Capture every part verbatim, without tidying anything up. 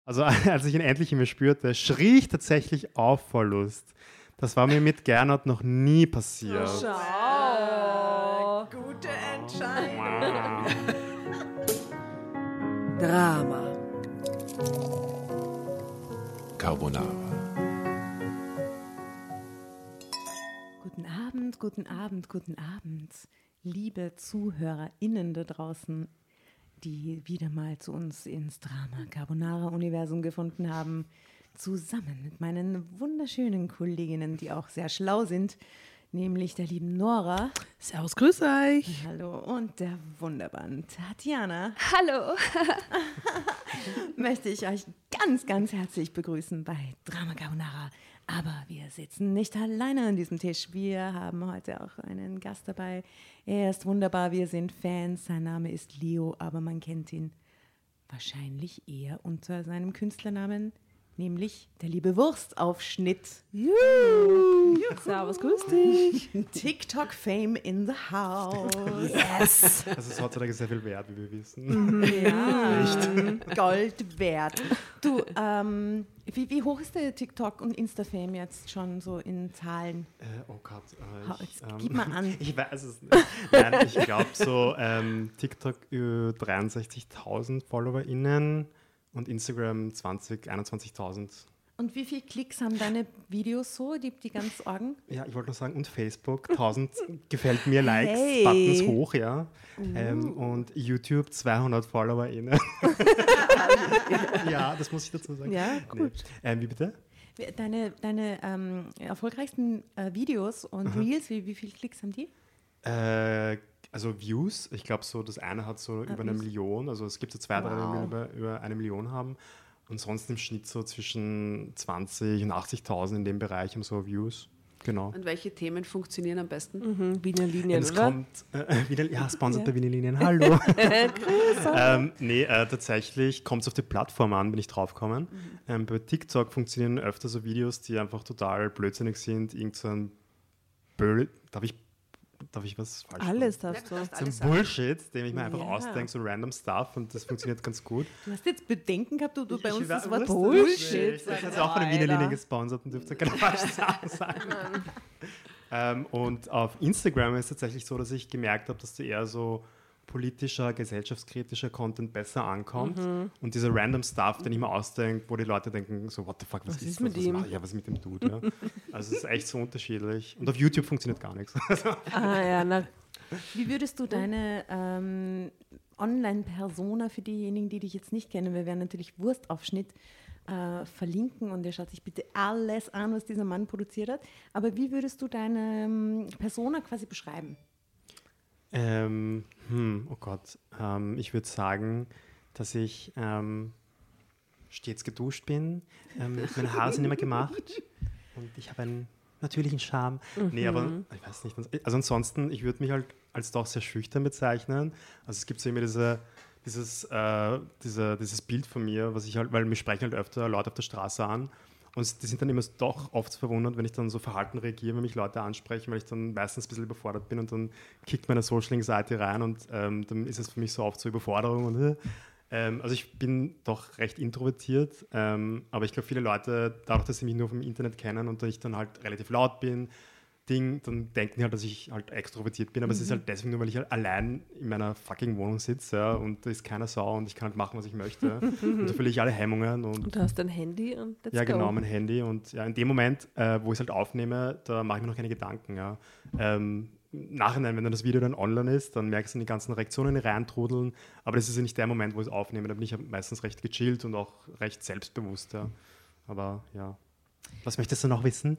Also als ich ihn endlich in mir spürte, schrie ich tatsächlich auf vor Lust. Das war mir mit Gernot noch nie passiert. Oh, schau. Gute Entscheidung. Drama. Carbonara. Guten Abend, guten Abend, guten Abend, liebe ZuhörerInnen da draußen, die wieder mal zu uns ins Drama Carbonara-Universum gefunden haben, zusammen mit meinen wunderschönen Kolleginnen, die auch sehr schlau sind, nämlich der lieben Nora. Servus, grüß euch. Hallo, und der wunderbaren Tatjana. Hallo. Möchte ich euch ganz, ganz herzlich begrüßen bei Drama Carbonara. Aber wir sitzen nicht alleine an diesem Tisch. Wir haben heute auch einen Gast dabei. Er ist wunderbar, wir sind Fans. Sein Name ist Leo, aber man kennt ihn wahrscheinlich eher unter seinem Künstlernamen, nämlich der liebe Wurstaufschnitt. Juhu. Servus, grüß dich. TikTok-Fame in the house. Yes. Das ist heutzutage sehr viel wert, wie wir wissen. Ja, Gold wert. Du, ähm, wie, wie hoch ist der TikTok- und Insta-Fame jetzt schon so in Zahlen? Äh, oh Gott. Äh, Hau, ich, jetzt ähm, gib mal an. Ich weiß es nicht. Nein, ich glaube so ähm, TikTok über dreiundsechzigtausend FollowerInnen und Instagram zwanzig, einundzwanzigtausend. Und wie viele Klicks haben deine Videos so, die, die ganz Orgen? Ja, ich wollte nur sagen, und Facebook, tausend gefällt mir, Likes, Hey. Buttons hoch, ja. Ähm, und YouTube, zweihundert FollowerInnen. Ja, das muss ich dazu sagen. Ja, gut. Nee. Ähm, wie bitte? Deine, deine ähm, erfolgreichsten äh, Videos und Reels, wie, wie viele Klicks haben die? Äh, also Views, ich glaube so, das eine hat so über eine Views. Million, also es gibt so zwei, drei, Wow. die über, über eine Million haben. Und sonst im Schnitt so zwischen zwanzig und achtzigtausend in dem Bereich haben so Views. Genau. Und welche Themen funktionieren am besten? Mhm, Wiener Linien, Es oder? kommt äh, wieder, ja, Sponsor der Wiener Linien, hallo. ähm, nee, äh, tatsächlich kommt es auf die Plattform an, bin ich draufgekommen. Mhm. Ähm, bei TikTok funktionieren öfter so Videos, die einfach total blödsinnig sind. Irgend so ein Böll, darf ich, darf ich was falsch Alles machen? darfst du. Ja, du darfst So ein alles sagen. Bullshit, den ich mir einfach Ja. ausdenke, so random Stuff, und das funktioniert ganz gut. Du hast jetzt Bedenken gehabt, du, du bei Ich uns wa- das Wort wusste Bullshit nicht. Ich sagst. hatte auch von den Wiener Alter. Linien gesponsert und dürfte keine falschen Sachen sagen. ähm, und auf Instagram ist es tatsächlich so, dass ich gemerkt habe, dass da eher so politischer, gesellschaftskritischer Content besser ankommt. Und dieser random Stuff, den ich mir ausdenke, wo die Leute denken, so, what the fuck, was, Was ist, ist das? mit Was ihm? macht- Ja, was ist mit dem Dude? Ja? Also es ist echt so unterschiedlich. Und auf YouTube funktioniert gar nichts. Ah ja, na, Wie würdest du deine ähm, Online-Persona für diejenigen, die dich jetzt nicht kennen, wir werden natürlich Wurstaufschnitt äh, verlinken und ihr schaut sich bitte alles an, was dieser Mann produziert hat. Aber wie würdest du deine ähm, Persona quasi beschreiben? Ähm, hm, oh Gott. Ähm, ich würde sagen, dass ich ähm, stets geduscht bin. Ähm, meine Haare sind immer gemacht und ich habe einen natürlichen Charme. Nee, aber ich weiß nicht. Also ansonsten, ich würde mich halt als doch sehr schüchtern bezeichnen. Also es gibt so immer diese, dieses, äh, diese, dieses Bild von mir, was ich halt, weil mich sprechen halt öfter Leute auf der Straße an. Und die sind dann immer doch oft verwundert, wenn ich dann so verhalten reagiere, wenn mich Leute ansprechen, weil ich dann meistens ein bisschen überfordert bin und dann kickt meine Social-Seite rein und ähm, dann ist es für mich so oft so Überforderung. Und, äh, ähm, also ich bin doch recht introvertiert, ähm, aber ich glaube, viele Leute, dadurch, dass sie mich nur vom Internet kennen und ich dann halt relativ laut bin, Ding, dann denken die halt, dass ich halt extrovertiert bin, aber es ist halt deswegen nur, weil ich halt allein in meiner fucking Wohnung sitze, ja, und da ist keiner Sau und ich kann halt machen, was ich möchte. Und da verliere ich alle Hemmungen. Und und du hast dein Handy und let's ja, go. genau, mein Handy. Und ja, in dem Moment, äh, wo ich es halt aufnehme, da mache ich mir noch keine Gedanken. Ja. Ähm, im Nachhinein, wenn dann das Video dann online ist, dann merkst du die ganzen Reaktionen, die reintrudeln. Aber das ist ja nicht der Moment, wo ich es aufnehme. Da bin ich ja meistens recht gechillt und auch recht selbstbewusst. Ja. Aber ja. Was möchtest du noch wissen?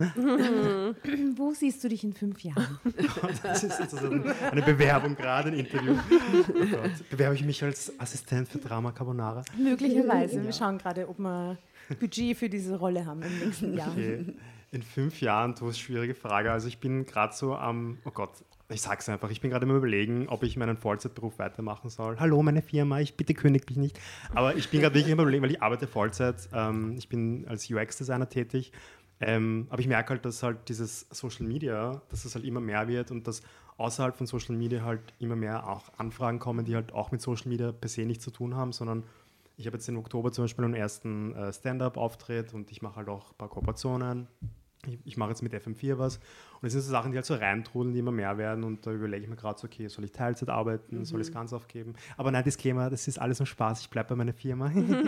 Wo siehst du dich in fünf Jahren? Das ist sozusagen eine Bewerbung gerade, ein Interview. Oh Gott. Bewerbe ich mich als Assistent für Drama Carbonara? Möglicherweise. Wir schauen gerade, ob wir Budget für diese Rolle haben im nächsten Jahr. Okay. In fünf Jahren, du hast eine schwierige Frage. Also ich bin gerade so am, oh Gott, ich sag's einfach, ich bin gerade im Überlegen, ob ich meinen Vollzeitberuf weitermachen soll. Hallo, meine Firma, ich bitte kündigt mich nicht. Aber ich bin gerade wirklich im Überlegen, weil ich arbeite Vollzeit. Ähm, ich bin als U X-Designer tätig. Ähm, aber ich merke halt, dass halt dieses Social Media, dass es halt immer mehr wird und dass außerhalb von Social Media halt immer mehr auch Anfragen kommen, die halt auch mit Social Media per se nichts zu tun haben, sondern ich habe jetzt im Oktober zum Beispiel einen ersten äh, Stand-Up-Auftritt und ich mache halt auch ein paar Kooperationen. Ich, ich mache jetzt mit F M vier was. Und das sind so Sachen, die halt so reintrudeln, die immer mehr werden. Und da überlege ich mir gerade so, okay, soll ich Teilzeit arbeiten, mhm. soll ich es ganz aufgeben? Aber nein, Disclaimer, das ist alles nur Spaß, ich bleibe bei meiner Firma. Mhm.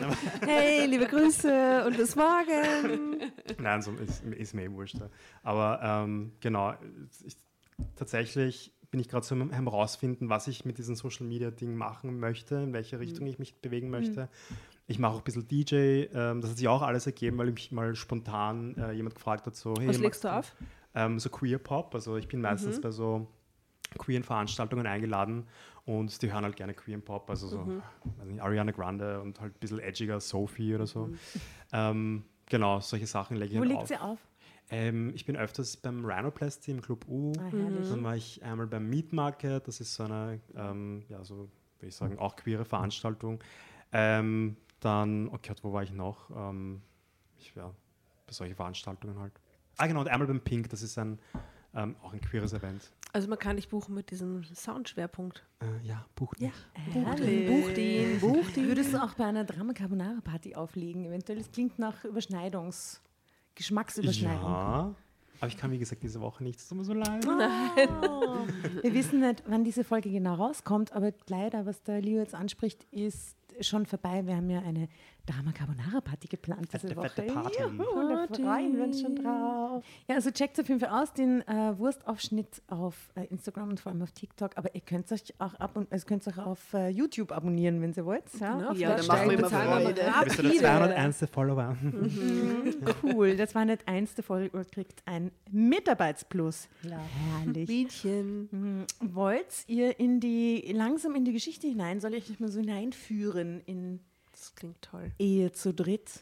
Hey, liebe Grüße und bis morgen. Nein, so ist, ist mir eh wurscht. Aber ähm, genau, ich, tatsächlich bin ich gerade so am herausfinden, was ich mit diesem Social-Media-Ding machen möchte, in welche Richtung mhm. ich mich bewegen möchte. Mhm. Ich mache auch ein bisschen D J, ähm, das hat sich auch alles ergeben, weil mich mal spontan äh, jemand gefragt hat, so, hey, was legst du auf? Ähm, so Queer Pop, also ich bin meistens mhm. bei so queeren Veranstaltungen eingeladen und die hören halt gerne Queer Pop, also so mhm. weiß nicht, Ariana Grande und halt ein bisschen edgiger Sophie oder so. Mhm. Ähm, genau, solche Sachen lege ich Wo halt legt auf. sie auf? Ähm, ich bin öfters beim Rhinoplasty im Club U. Ah, herrlich. Dann war ich einmal beim Meat Market, das ist so eine, ähm, ja, so würde ich sagen, auch queere Veranstaltung. Ähm, dann, oh Gott, wo war ich noch? Ähm, ich ja, bei solchen Veranstaltungen halt. Ah, genau, und einmal beim Pink, das ist ein, ähm, auch ein queeres Event. Also man kann dich buchen mit diesem Soundschwerpunkt. Äh, ja, bucht Ja, mich. bucht ihn, bucht ihn, bucht ihn. Würdest du auch bei einer Drama Carbonara Party auflegen? Eventuell, es klingt nach Überschneidungs, Geschmacksüberschneidung. Ja, aber ich kann, wie gesagt, diese Woche nicht. Es tut mir so leid. Oh. Wir wissen nicht, wann diese Folge genau rauskommt, aber leider, was der Leo jetzt anspricht, ist schon vorbei. Wir haben ja eine Drama Carbonara Party geplant diese Fette, Woche. fette Party. Juhu, da freuen wir uns schon drauf. Ja, also checkt auf jeden Fall aus den äh, Wurstaufschnitt auf äh, Instagram und vor allem auf TikTok, aber ihr könnt euch auch ab und also könnt euch auch auf äh, YouTube abonnieren, wenn ihr wollt. Ja, Genau, Ja, dann machen wir immer Freude. Du bist ja der zweihunderteins. Follower. Mhm, cool, der zweihunderteins. Folge kriegt ein Mitarbeitsplus. Ja, herrlich. Mädchen. Mhm. Wollt ihr in die, langsam in die Geschichte hinein? Soll ich euch mal so hineinführen in Das klingt toll. Ehe zu dritt?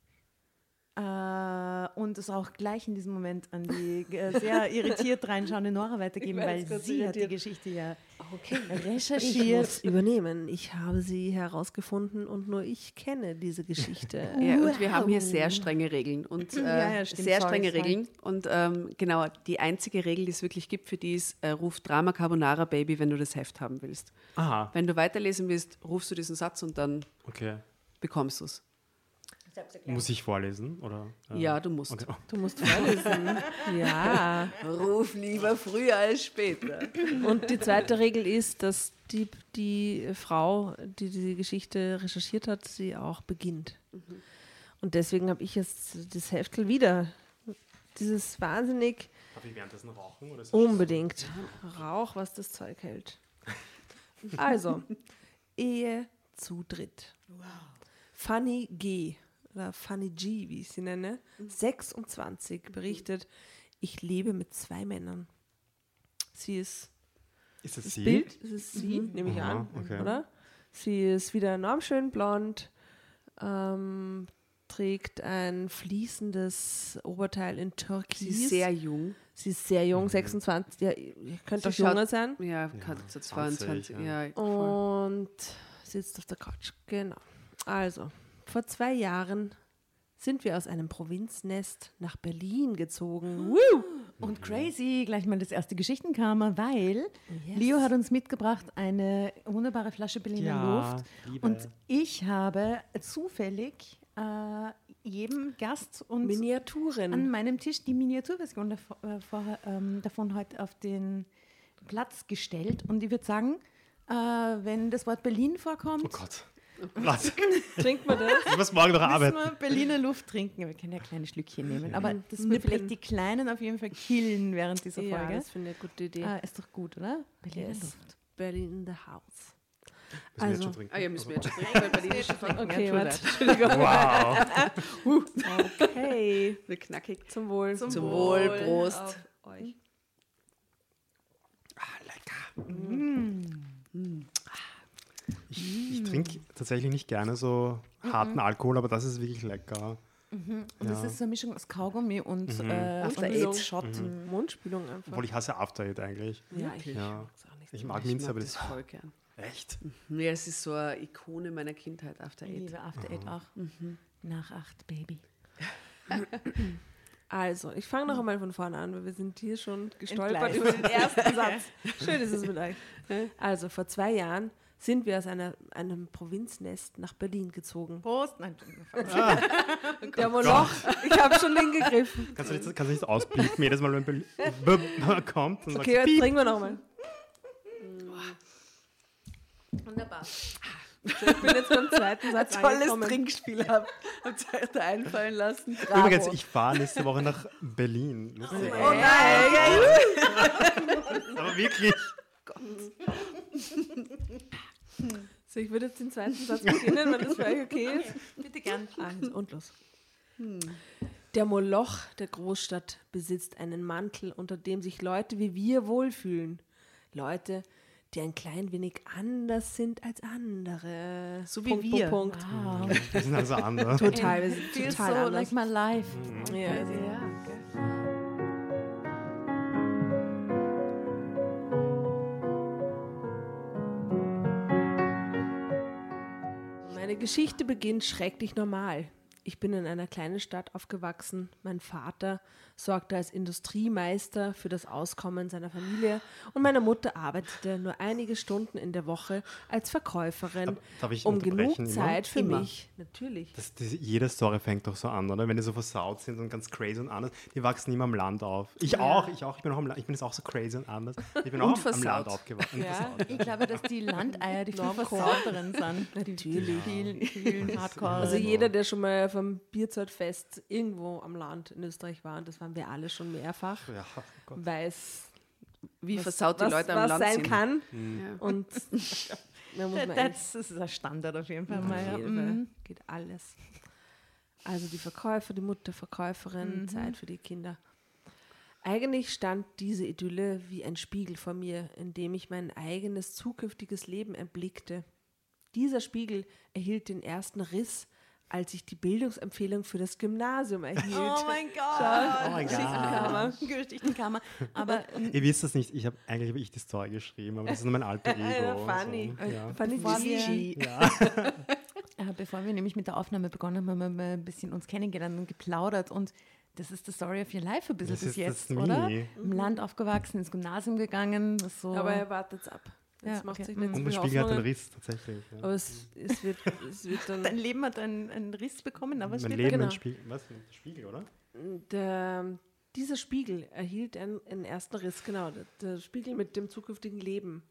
Äh, und es auch gleich in diesem Moment an die äh, sehr irritiert reinschauende Nora weitergeben, Ich weiß, weil kurz sie hat die irritiert. Geschichte ja Okay. Ich recherchiert. muss übernehmen. Ich habe sie herausgefunden und nur ich kenne diese Geschichte. Ja, und wir Wow. haben hier sehr strenge Regeln und äh, Ja, ja, stimmt. sehr Sorry, strenge sorry. Regeln. Und ähm, genau, die einzige Regel, die es wirklich gibt für die ist, äh, ruf Drama Carbonara Baby, wenn du das Heft haben willst. Aha, Wenn du weiterlesen willst, rufst du diesen Satz und dann okay. bekommst du es. Muss ich vorlesen? Oder, äh, Ja, du musst. Okay. Du musst vorlesen. Ja. Ruf lieber früher als später. Und die zweite Regel ist, dass die, die Frau, die die Geschichte recherchiert hat, sie auch beginnt. Und deswegen habe ich jetzt das Heftel wieder. Dieses wahnsinnig Darf ich währenddessen rauchen? Oder ist das unbedingt Rauch, was das Zeug hält. Also, Ehe zu dritt. Fanny G. oder Fanny G, wie ich sie nenne, sechsundzwanzig, berichtet, ich lebe mit zwei Männern. Sie ist Ist das das sie? Bild, das ist sie, nehme ich Aha, an, okay. oder? Sie ist wieder enorm schön blond, ähm, trägt ein fließendes Oberteil in Türkis. Sie ist sehr jung. Sie ist sehr jung, Mhm. sechsundzwanzig, ja, ihr könnt Sie auch jünger schaut- sein. Ja, kann so zweiundzwanzig. zwanzig, Ja. ja. voll. Und sitzt auf der Couch, genau. Also, vor zwei Jahren sind wir aus einem Provinznest nach Berlin gezogen. Woo! Und crazy, gleich mal das erste Geschichtenkarma, weil Yes. Leo hat uns mitgebracht eine wunderbare Flasche Berliner Ja, Luft. Liebe. Und ich habe zufällig äh, jedem Gast und Miniaturen. an meinem Tisch die Miniaturversion davon, äh, vorher, ähm, davon heute auf den Platz gestellt. Und ich würde sagen, äh, wenn das Wort Berlin vorkommt, Oh Gott. Was? Trinkt man das? Ich muss morgen noch müssen arbeiten. wir Berliner Luft trinken. Wir können ja kleine Schlückchen nehmen. Aber das wird Nippeln. vielleicht die Kleinen auf jeden Fall killen während dieser Ja, Folge. das finde ich eine gute Idee. Ah, ist doch gut, oder? Berliner Yes. Berlin-Luft. Berlin in the house. Müssen wir Also- jetzt schon trinken? Ah ja, müssen wir jetzt schon trinken, weil Berlin ist schon trinken. Okay, Ja, warte. Entschuldigung. Wow. Okay. Wir knackig. Zum Wohl. Zum Wohl, Prost. Auf euch. Ah, lecker. Ich, ich trinke tatsächlich nicht gerne so harten Alkohol, aber das ist wirklich lecker. Und Ja. das ist so eine Mischung aus Kaugummi und Mhm. äh, After und Eight. Shot. Mundspülung einfach. Obwohl ich hasse After Eight eigentlich. ja, ich Ja. mag's auch nicht. Ich so. mag Ich Minze, mag aber das das voll gern. echt. Ja, es ist so eine Ikone meiner Kindheit, After Ich Eight. liebe After Eight auch. Nach acht, Baby. Also, ich fange noch einmal von vorne an, weil wir sind hier schon gestolpert Entgleist. über den ersten Satz. Schön ist es mit euch. Also, vor zwei Jahren sind wir aus einer, einem Provinznest nach Berlin gezogen. Prost. Nein, Der Moloch, ich habe schon hingegriffen. Kannst du nicht, kannst du nicht ausblicken, jedes Mal, wenn Berlin b- b- kommt und Okay, sagst, jetzt trinken wir nochmal. wunderbar. So, ich bin jetzt beim zweiten Satz Tolles angekommen. Trinkspiel habt ihr euch da einfallen lassen. Bravo. Übrigens, ich fahre nächste Woche nach Berlin. Lustig. Oh nein! Aber wirklich. So, ich würde jetzt den zweiten Satz beginnen, wenn das für euch okay ist. Bitte gern. Also, und los. Der Moloch der Großstadt besitzt einen Mantel, unter dem sich Leute wie wir wohlfühlen. Leute, die ein klein wenig anders sind als andere. So wie Punkt, wir. Punkt, Punkt. Wow. Wir sind also andere. Total, wir sind Feels total so anders. like my life. Ja, Ja. Meine Geschichte beginnt schrecklich normal. Ich bin in einer kleinen Stadt aufgewachsen. Mein Vater sorgte als Industriemeister für das Auskommen seiner Familie und meine Mutter arbeitete nur einige Stunden in der Woche als Verkäuferin, Darf ich um genug unterbrechen immer? Zeit für Immer. mich. Natürlich. Das, das, jede Story fängt doch so an, oder? Wenn die so versaut sind und ganz crazy und anders, die wachsen immer am Land auf. Ich auch, ich auch, ich bin auch am Land, ich bin jetzt auch so crazy und anders. Ich bin auch Und am, am versaut. Land aufgewachsen. Und Ja. versaut. Ich glaube, dass die Landeier die viel Normcore. versauteren sind. Natürlich. Die vielen Hardcore. Also jeder, der schon mal vom Bierzeltfest irgendwo am Land in Österreich war, und das waren wir alle schon mehrfach, Ja, oh Gott. weiß, Wie was, versaut die was, Leute am was Land sein sind. kann. Ja. Und da muss man Das, das ist ein Standard auf jeden Fall. Auf Mal, ja. jeden Fall. Mhm. Geht alles. Also die Verkäufer, die Mutter, Verkäuferin, Zeit für die Kinder. Eigentlich stand diese Idylle wie ein Spiegel vor mir, in dem ich mein eigenes zukünftiges Leben erblickte. Dieser Spiegel erhielt den ersten Riss, als ich die Bildungsempfehlung für das Gymnasium erhielt. Oh mein Gott. Oh mein Gott. Kammer. Geschichtenkammer. Aber ähm, Ihr wisst das nicht, ich habe eigentlich habe ich die Story geschrieben, aber das ist nur mein alter Ego. Funny. So. Ja. Funny Bevor G. wir- Ja. äh, bevor wir nämlich mit der Aufnahme begonnen haben, haben wir mal ein bisschen uns kennengelernt und geplaudert. Und das ist die Story of your life ein bisschen Das bis ist jetzt, das oder? Me. Im Land aufgewachsen, ins Gymnasium gegangen. So. Aber er wartet's ab. Jetzt Ja, macht okay. sich nicht Und so mein viel Spiegel hat einen Hoffnungen. Riss, tatsächlich. Ja. Aber es, es, wird, es wird dann... Dein Leben hat einen, einen Riss bekommen, aber es Mein wird Leben, genau. ein Spiegel. Was? Ein Spiegel, oder? Der, dieser Spiegel erhielt einen, einen ersten Riss, genau. Der, der Spiegel mit dem zukünftigen Leben.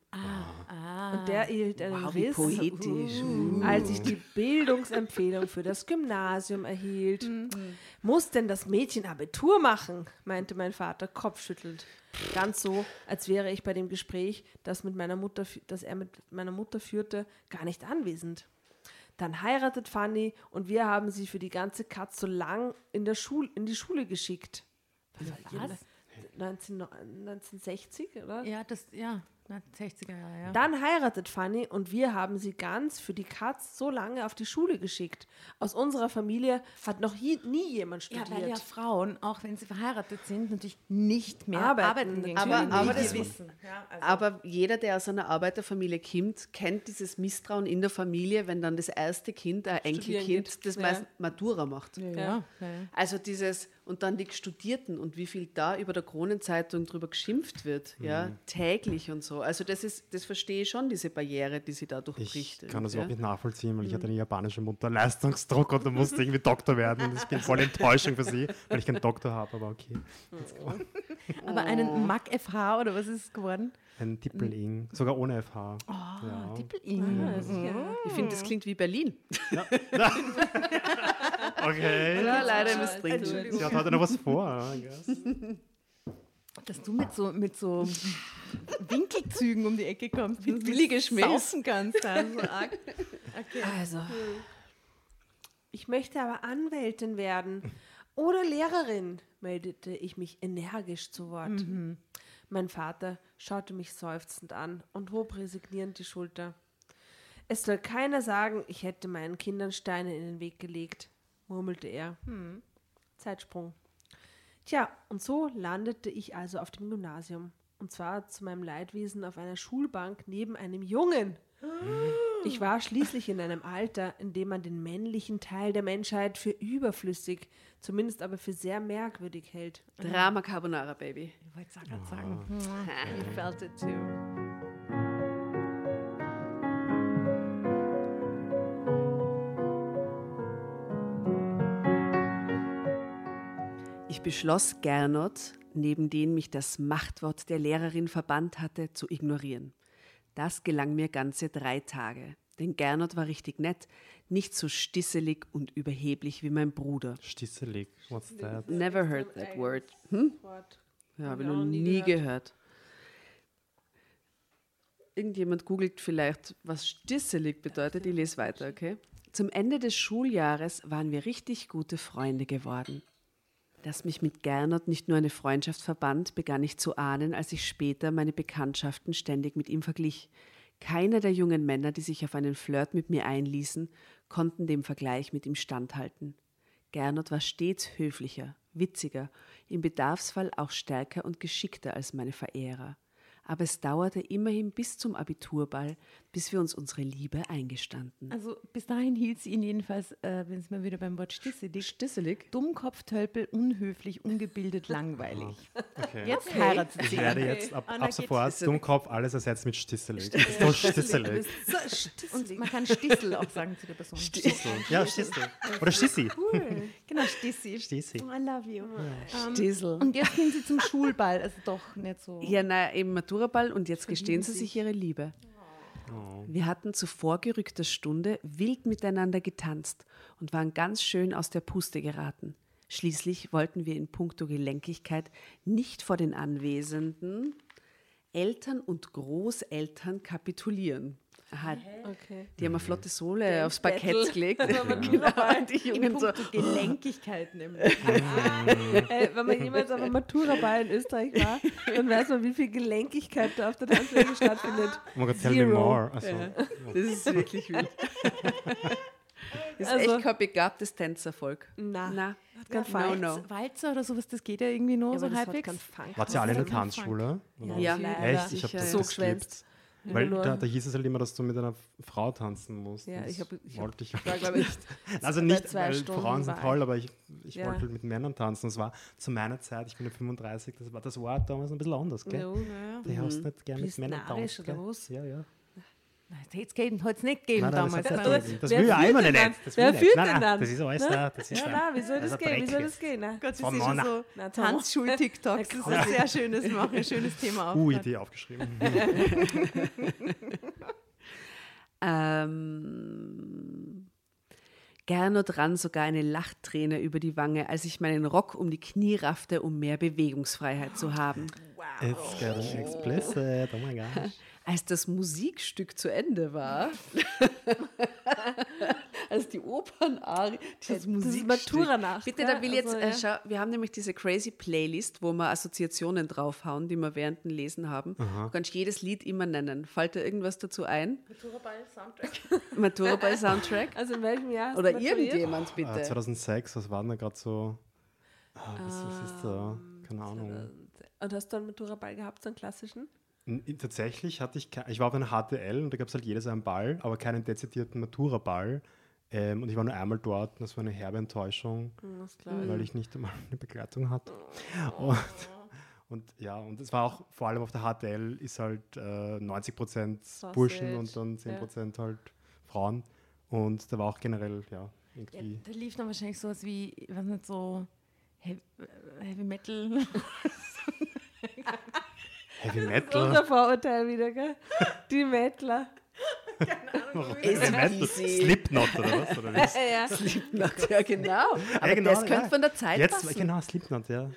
Ah. Und der erhielt einen Wow, wie Riss, poetisch. Uh. als ich die Bildungsempfehlung für das Gymnasium erhielt. Muss denn das Mädchen Abitur machen? Meinte mein Vater kopfschüttelnd. Ganz so, als wäre ich bei dem Gespräch, das, mit meiner Mutter, fü- das er mit meiner Mutter führte, gar nicht anwesend. Dann heiratet Fanny und wir haben sie für die ganze Katz so lang in, der Schul in die Schule geschickt. Was? neunzehn, neunzehnhundertsechzig, oder? Ja, das, ja, sechziger Jahre, ja. Dann heiratet Fanny und wir haben sie ganz für die Katz so lange auf die Schule geschickt. Aus unserer Familie hat noch nie, nie jemand Ja, studiert. weil ja Frauen, auch wenn sie verheiratet sind, natürlich nicht mehr Arbeiten, arbeiten, gehen natürlich. können, Aber- wie aber wir das- wissen. Ja, also Aber jeder, der aus einer Arbeiterfamilie kommt, kennt dieses Misstrauen in der Familie, wenn dann das erste Kind, ein Studieren Enkelkind, geht. das Ja. meist Matura macht. ja, Ja. ja. Ja. Also dieses, und dann die Studierten und wie viel da über der Kronenzeitung drüber geschimpft wird, ja, täglich und so. Also das ist, das verstehe ich schon, diese Barriere, die sie dadurch Ich bricht. kann das ja. überhaupt nicht nachvollziehen, weil ich hatte eine japanische Mutter, Leistungsdruck und da musste irgendwie Doktor werden und ich bin voll Enttäuschung für sie, weil ich keinen Doktor habe, aber okay. Aber einen Mac F H oder was ist es geworden? Ein Tippel-Ing, sogar ohne F H. Oh, Ja. Tippel-Ing. Ah, sicher. Ich finde, das klingt wie Berlin. Okay. Ja, leider müsst trinken. Sie hat heute noch was vor. I guess. Dass du mit so, mit so Winkelzügen um die Ecke kommst, mit billige Schmähs. saufen kannst. Also arg. Okay. Also, ich möchte aber Anwältin werden oder Lehrerin, meldete ich mich energisch zu Wort. Mein Vater schaute mich seufzend an und hob resignierend die Schulter. Es soll keiner sagen, ich hätte meinen Kindern Steine in den Weg gelegt, murmelte er. Zeitsprung. Tja, und so landete ich also auf dem Gymnasium. Und zwar zu meinem Leidwesen auf einer Schulbank neben einem Jungen. Ich war schließlich in einem Alter, in dem man den männlichen Teil der Menschheit für überflüssig, zumindest aber für sehr merkwürdig hält. Drama Carbonara, Baby. Ich wollte es gerade sagen. I felt it too. Ich beschloss, Gernot, neben den mich das Machtwort der Lehrerin verbannt hatte, zu ignorieren. Das gelang mir ganze drei Tage. Denn Gernot war richtig nett, nicht so stisselig und überheblich wie mein Bruder. Stisselig, what's that? Never heard that word. Hm? Ja, habe ich noch nie gehört. Irgendjemand googelt vielleicht, was stisselig bedeutet. Ich lese weiter, okay? Zum Ende des Schuljahres waren wir richtig gute Freunde geworden. Dass mich mit Gernot nicht nur eine Freundschaft verband, begann ich zu ahnen, als ich später meine Bekanntschaften ständig mit ihm verglich. Keiner der jungen Männer, die sich auf einen Flirt mit mir einließen, konnten dem Vergleich mit ihm standhalten. Gernot war stets höflicher, witziger, im Bedarfsfall auch stärker und geschickter als meine Verehrer. Aber es dauerte immerhin bis zum Abiturball, bis wir uns unsere Liebe eingestanden. Also bis dahin hielt sie ihn jedenfalls, äh, wenn es mal wieder beim Wort stisselig, Stisselig? Dummkopf, Tölpel, unhöflich, ungebildet, langweilig. Okay. Jetzt Okay. heiratet Ich sie. werde jetzt ab, Anna ab geht sofort Stisselig. Dummkopf alles ersetzen mit Stisselig. Das ist doch Stisselig. So stisselig. Und man kann Stissel auch sagen zu der Person. Stissel. Ja, Stissel. Oder Stissi. Genau, Stissi. Stissi. I love you. Ähm, Stissel. und jetzt gehen sie zum Schulball, also doch nicht so. Ja, na, eben Maturaball und jetzt gestehen sie sich ihre Liebe. Wir hatten zu vorgerückter Stunde wild miteinander getanzt und waren ganz schön aus der Puste geraten. Schließlich wollten wir in puncto Gelenkigkeit nicht vor den anwesenden Eltern und Großeltern kapitulieren. Aha, Okay. die haben eine flotte Sohle Dance aufs Parkett Battle. gelegt. Genau, und die In Jungen so, puncto Gelenkigkeit nämlich. Ey, wenn man jemals auf einem Matura-Ball in Österreich war, dann weiß man, wie viel Gelenkigkeit da auf der Tanzfläche stattfindet. Oh mein Gott, tell me Zero. more. Also, das ist wirklich wild. Das ist Also- echt kein begabtes Tänzervolk. Na, Na, hat kein no, Fang. no. Walzer oder sowas, das geht ja irgendwie nur Ja, so aber das hat halbwegs. keinen Fang. wart ihr alle in der Das hat keinen Tanzschule? Oder? Ja, leider. Echt? Ich habe Sicher, das ja. So das geliebt. geschwänzt. Weil Nur- da, da hieß es halt immer, dass du mit einer Frau tanzen musst. Ja, Das ich hab- ich hab- wollte ich. war, glaube ich, Also bei nicht, zwei weil Stunden Frauen sind war toll, ich. aber ich, ich Ja. wollte halt mit Männern tanzen. Das war zu meiner Zeit, ich bin ja fünfunddreißig, das war das war damals ein bisschen anders, gell? Jo. Du hast nicht gerne mit Bist Männern narrisch tanzt, oder gell? was? Ja, ja. Das hätte es gegeben, hat es nicht gegeben Nein, nein, damals. das, Bei hat uns. nicht. das Wer will ja führt einmal denn nicht. dann? Das Wer will ich führt nicht. denn Nein, nein, dann? das ist alles Ne? da. Das ist Ja, da. na, wie soll das ist ein gehen? Wie soll Dreck. das gehen? Ne? Gott, das Von ist schon Mona. so Na, Thomas. Tanzschul-TikToks. Das ist ein sehr schönes, machen, ein schönes Thema auch. Uh, Idee aufgeschrieben. Ähm, Gernot rann sogar eine Lachträne über die Wange, als ich meinen Rock um die Knie raffte, um mehr Bewegungsfreiheit zu haben. It's getting explicit. Oh my gosh. Als das Musikstück zu Ende war, als die Opernarie, das ist Musikstück. Matura-Nacht, Bitte, gell? da will jetzt, Also, äh, schau, wir haben nämlich diese crazy Playlist, wo wir Assoziationen draufhauen, die wir während dem Lesen haben. Du kannst jedes Lied immer nennen. Fällt dir irgendwas dazu ein? Maturaball-Soundtrack. Maturaball-Soundtrack? Also in welchem Jahr hast Oder du maturiert? irgendjemand, Ah, bitte. zweitausendsechs, was war denn da gerade so? Ah, was, was ist da? Keine Ahnung. Und hast du einen Matura-Ball gehabt, so einen klassischen? N- Tatsächlich hatte ich, ke- ich war auf einer H T L und da gab es halt jedes einen Ball, aber keinen dezidierten Matura-Ball. Ähm, und ich war nur einmal dort und das war eine herbe Enttäuschung, Das glaube weil ich nicht einmal eine Begleitung hatte. Und, und ja, und es war auch, vor allem auf der H T L ist halt äh, neunzig Prozent Sausage, Burschen und dann zehn Prozent halt Frauen. Und da war auch generell, ja, Ja, irgendwie. da lief dann wahrscheinlich sowas wie, ich weiß nicht, so Heavy, Heavy Metal. Heavy Unser Metal. Vorurteil wieder, gell? Die Mettler. Heavy Metal. Slipknot oder was? Oder wie? Ja, Slipknot, ja genau. Aber Ja, genau, das könnte ja. von der Zeit Jetzt, passen. genau, Slipknot, ja.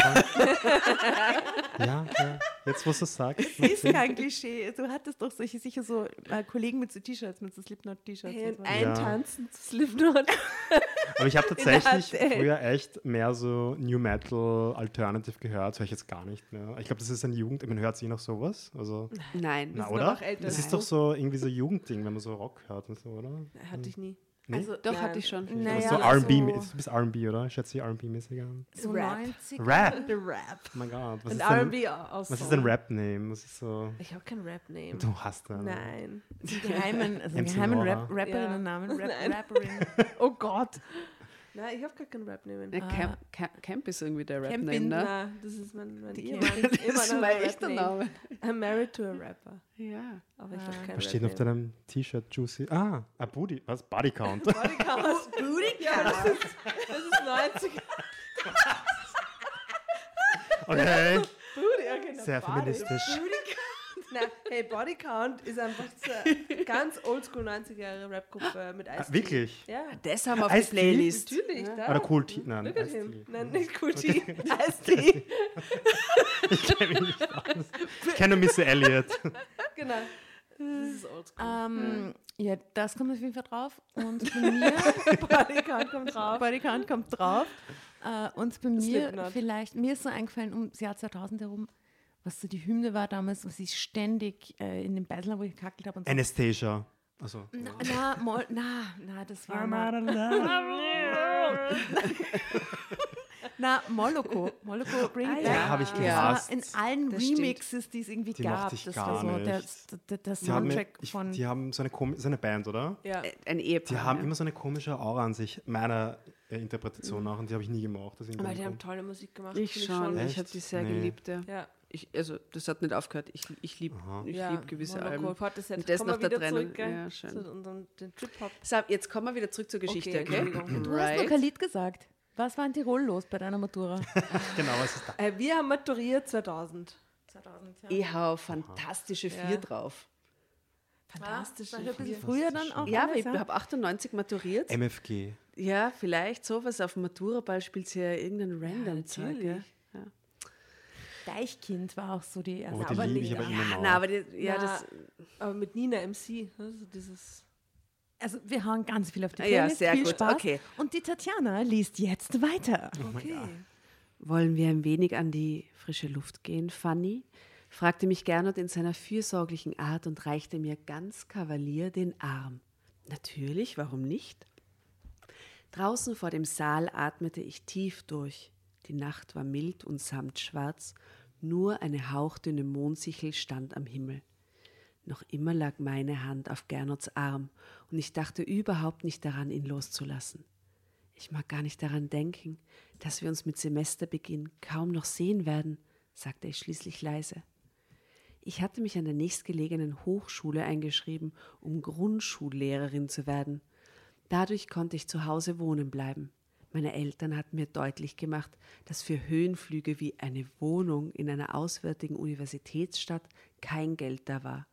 ja, ja. Jetzt, wo du es sagst. Das ist kein Klischee. Du hattest doch solche sicher so äh, Kollegen mit so T-Shirts, mit so Slipknot-T-Shirts. hey, und so. eintanzen zu Slipknot. Aber ich habe tatsächlich H T L. früher echt mehr so New Metal Alternative gehört, das höre ich jetzt gar nicht mehr. Ich glaube, das ist ein Jugend, man hört sich noch sowas, also, Nein. na, sind oder? aber auch älter. Das ist doch so irgendwie so Jugendding, wenn man so Rock hört und so, oder? Hatte ich nie. Nee? Also, Doch, Nein. hatte ich schon. Aber naja, so R und B, so- du bist R und B, oder? Schätze ich R und B-mäßig an. so Rap. neunzig Rap? The Rap. Oh mein Gott, was Und ist R und denn, B aus. was ist denn Rap-Name? Was ist so, Ich habe kein Rap-Name. du hast da. Nein. geheimen, also M C geheimen Nora. Rap Rapperinnen-Namen, Rap Nein. Rapperin. Oh Gott. Nein, ich habe gar keinen Rap-Name. Ja, Camp, Camp, Camp ist irgendwie der Rap-Name, Campin, ne? Nein, das ist mein, mein Die Ehemann. Das ist mein echter Name. I'm married to a rapper. Ja. Aber ich habe keinen Was steht auf Rap-Name. deinem T-Shirt, Juicy? Ah, a Booty, was? Body Count. Booty Ja, das ist, das ist neunzig. Okay, Booty, okay, na, sehr Body. feministisch. Nein, hey, Body Count ist einfach so eine ganz oldschool neunziger Jahre Rap-Gruppe mit Ah, Ice-T. wirklich? Ja. Das haben wir auf der Ice-T? Playlist. Natürlich, da. Oder Cool Tea? Nein, Look at Ice-T. him. Nein, nicht Cool Tea. Ice-T. Ich kenne mich nicht aus. Ich kenne nur Missy Elliott. Genau. Das ist oldschool. Ähm, ja, das kommt auf jeden Fall drauf. Und bei mir, Bodycount kommt drauf. Bodycount kommt drauf. Äh, und bei mir Slipknot. vielleicht, mir ist so eingefallen, ums Jahr zweitausend herum, was so die Hymne war damals, was ich ständig äh, in dem Beisel, wo ich gekackelt habe und so. Anastasia. Also. Na, na, mol, na, na, das war mal. Na, Moloko. Moloko, Bring Ah, It ja. Back. Ja, habe ich Das war gehasst. in allen Das stimmt. Remixes, die es irgendwie Die gab. mochte ich Das gar war so der, nicht. der, der Die haben, Soundtrack ich, von. die haben so eine, komi- so eine Band, oder? Ja. Ein Ehepaar. Die haben ja. immer so eine komische Aura an sich, meiner äh, Interpretation nach, und die habe ich nie gemacht. aus irgendeinem Aber die haben Grund. tolle Musik gemacht. Ich finde schon. Echt? Ich habe die sehr Nee. geliebt. Ja. Ja. Ich, also, das hat nicht aufgehört. Ich, ich liebe ich ja. lieb gewisse Monaco, Alben. Portishead. Und das Kommen nach wir der wieder Trennung. zurück, gell? Ja, schön. Zu unserem den Trip-Hop. So, jetzt kommen wir wieder zurück zur Geschichte, Okay, okay? Entschuldigung. Du hast noch kein Lied gesagt. Was war in Tirol los bei deiner Matura? Genau, was ist da? Äh, wir haben maturiert zweitausend. zweitausend, ja. Ich hau fantastische Ja. vier drauf. Fantastisch. War ein bisschen Vier. früher dann auch. Ja, aber alles, ich habe achtundneunzig maturiert. M F G. Ja, vielleicht sowas. Auf dem Maturaball spielt sie ja irgendeinen random Ja, Zeug. natürlich. Ja. Ja. Deichkind war auch so die erste. Oh, die aber liebe nicht- ich aber ja, immer noch. Na, aber die, ja, Ja, das, aber mit Nina M C. Also dieses Also wir hauen ganz viel auf die Ah ja, Playlist. sehr viel gut, Spaß. okay. Und die Tatjana liest jetzt weiter. okay. wollen wir ein wenig an die frische Luft gehen, Fanny? Fragte mich Gernot in seiner fürsorglichen Art und reichte mir ganz kavalier den Arm. Natürlich, warum nicht? Draußen vor dem Saal atmete ich tief durch. Die Nacht war mild und samtschwarz, nur eine hauchdünne Mondsichel stand am Himmel. Noch immer lag meine Hand auf Gernots Arm und ich dachte überhaupt nicht daran, ihn loszulassen. Ich mag gar nicht daran denken, dass wir uns mit Semesterbeginn kaum noch sehen werden, sagte ich schließlich leise. Ich hatte mich an der nächstgelegenen Hochschule eingeschrieben, um Grundschullehrerin zu werden. Dadurch konnte ich zu Hause wohnen bleiben. Meine Eltern hatten mir deutlich gemacht, dass für Höhenflüge wie eine Wohnung in einer auswärtigen Universitätsstadt kein Geld da war.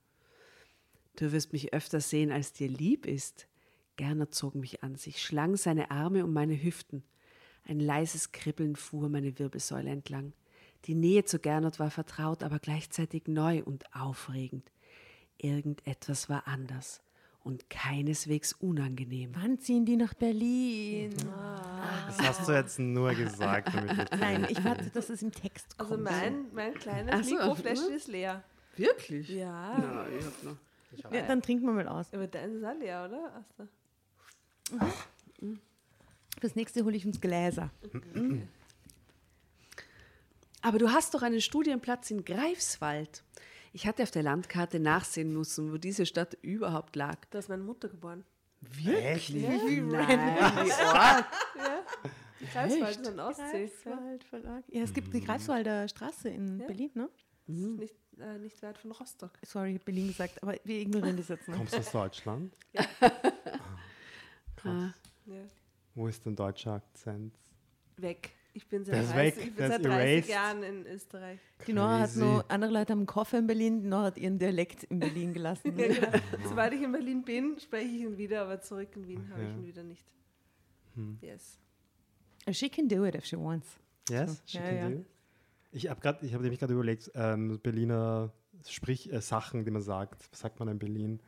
Du wirst mich öfter sehen, als dir lieb ist. Gernot zog mich an sich, schlang seine Arme um meine Hüften. Ein leises Kribbeln fuhr meine Wirbelsäule entlang. Die Nähe zu Gernot war vertraut, aber gleichzeitig neu und aufregend. Irgendetwas war anders und keineswegs unangenehm. Wann ziehen die nach Berlin? Das hast du jetzt nur gesagt. Damit wir Nein, ich warte, dass es im Text kommt. Also mein, mein kleines Ach so, Mikrofläschchen mhm. ist leer. Wirklich? Ja. Na, ich hab noch. Ja, dann trinken wir mal aus. Aber dein ist auch leer, oder, Asta? Fürs nächste hole ich uns Gläser. Aber du hast doch einen Studienplatz in Greifswald. Ich hatte auf der Landkarte nachsehen müssen, wo diese Stadt überhaupt lag. Da ist meine Mutter geboren. Wirklich? Nein, Greifswald ist an Ostsee. Ja. Greifswald Verlag. Ja, es gibt die Greifswalder Straße in Ja. Berlin, ne? Das ist nicht, äh, nicht weit von Rostock. Sorry, ich habe Berlin gesagt, aber wir ignorieren das jetzt noch. Kommst du aus Deutschland? Ja. Krass. Ja. Wo ist dein deutscher Akzent? Weg. Ich bin seit Der ist dreißig, weg, ich bin der ist seit dreißig erased. Jahren in Österreich. Die Nora hat Crazy. noch, andere Leute haben einen Koffer in Berlin, die Nora hat ihren Dialekt in Berlin gelassen. Ja, genau. Sobald ich in Berlin bin, spreche ich ihn wieder, aber zurück in Wien habe ich Okay. ihn wieder nicht. Yes. She can do it if she wants. Yes, she Ja, can ja. do. Ich habe gerade, ich habe nämlich gerade überlegt, ähm, Berliner Sprich äh, Sachen, die man sagt. Was sagt man in Berlin?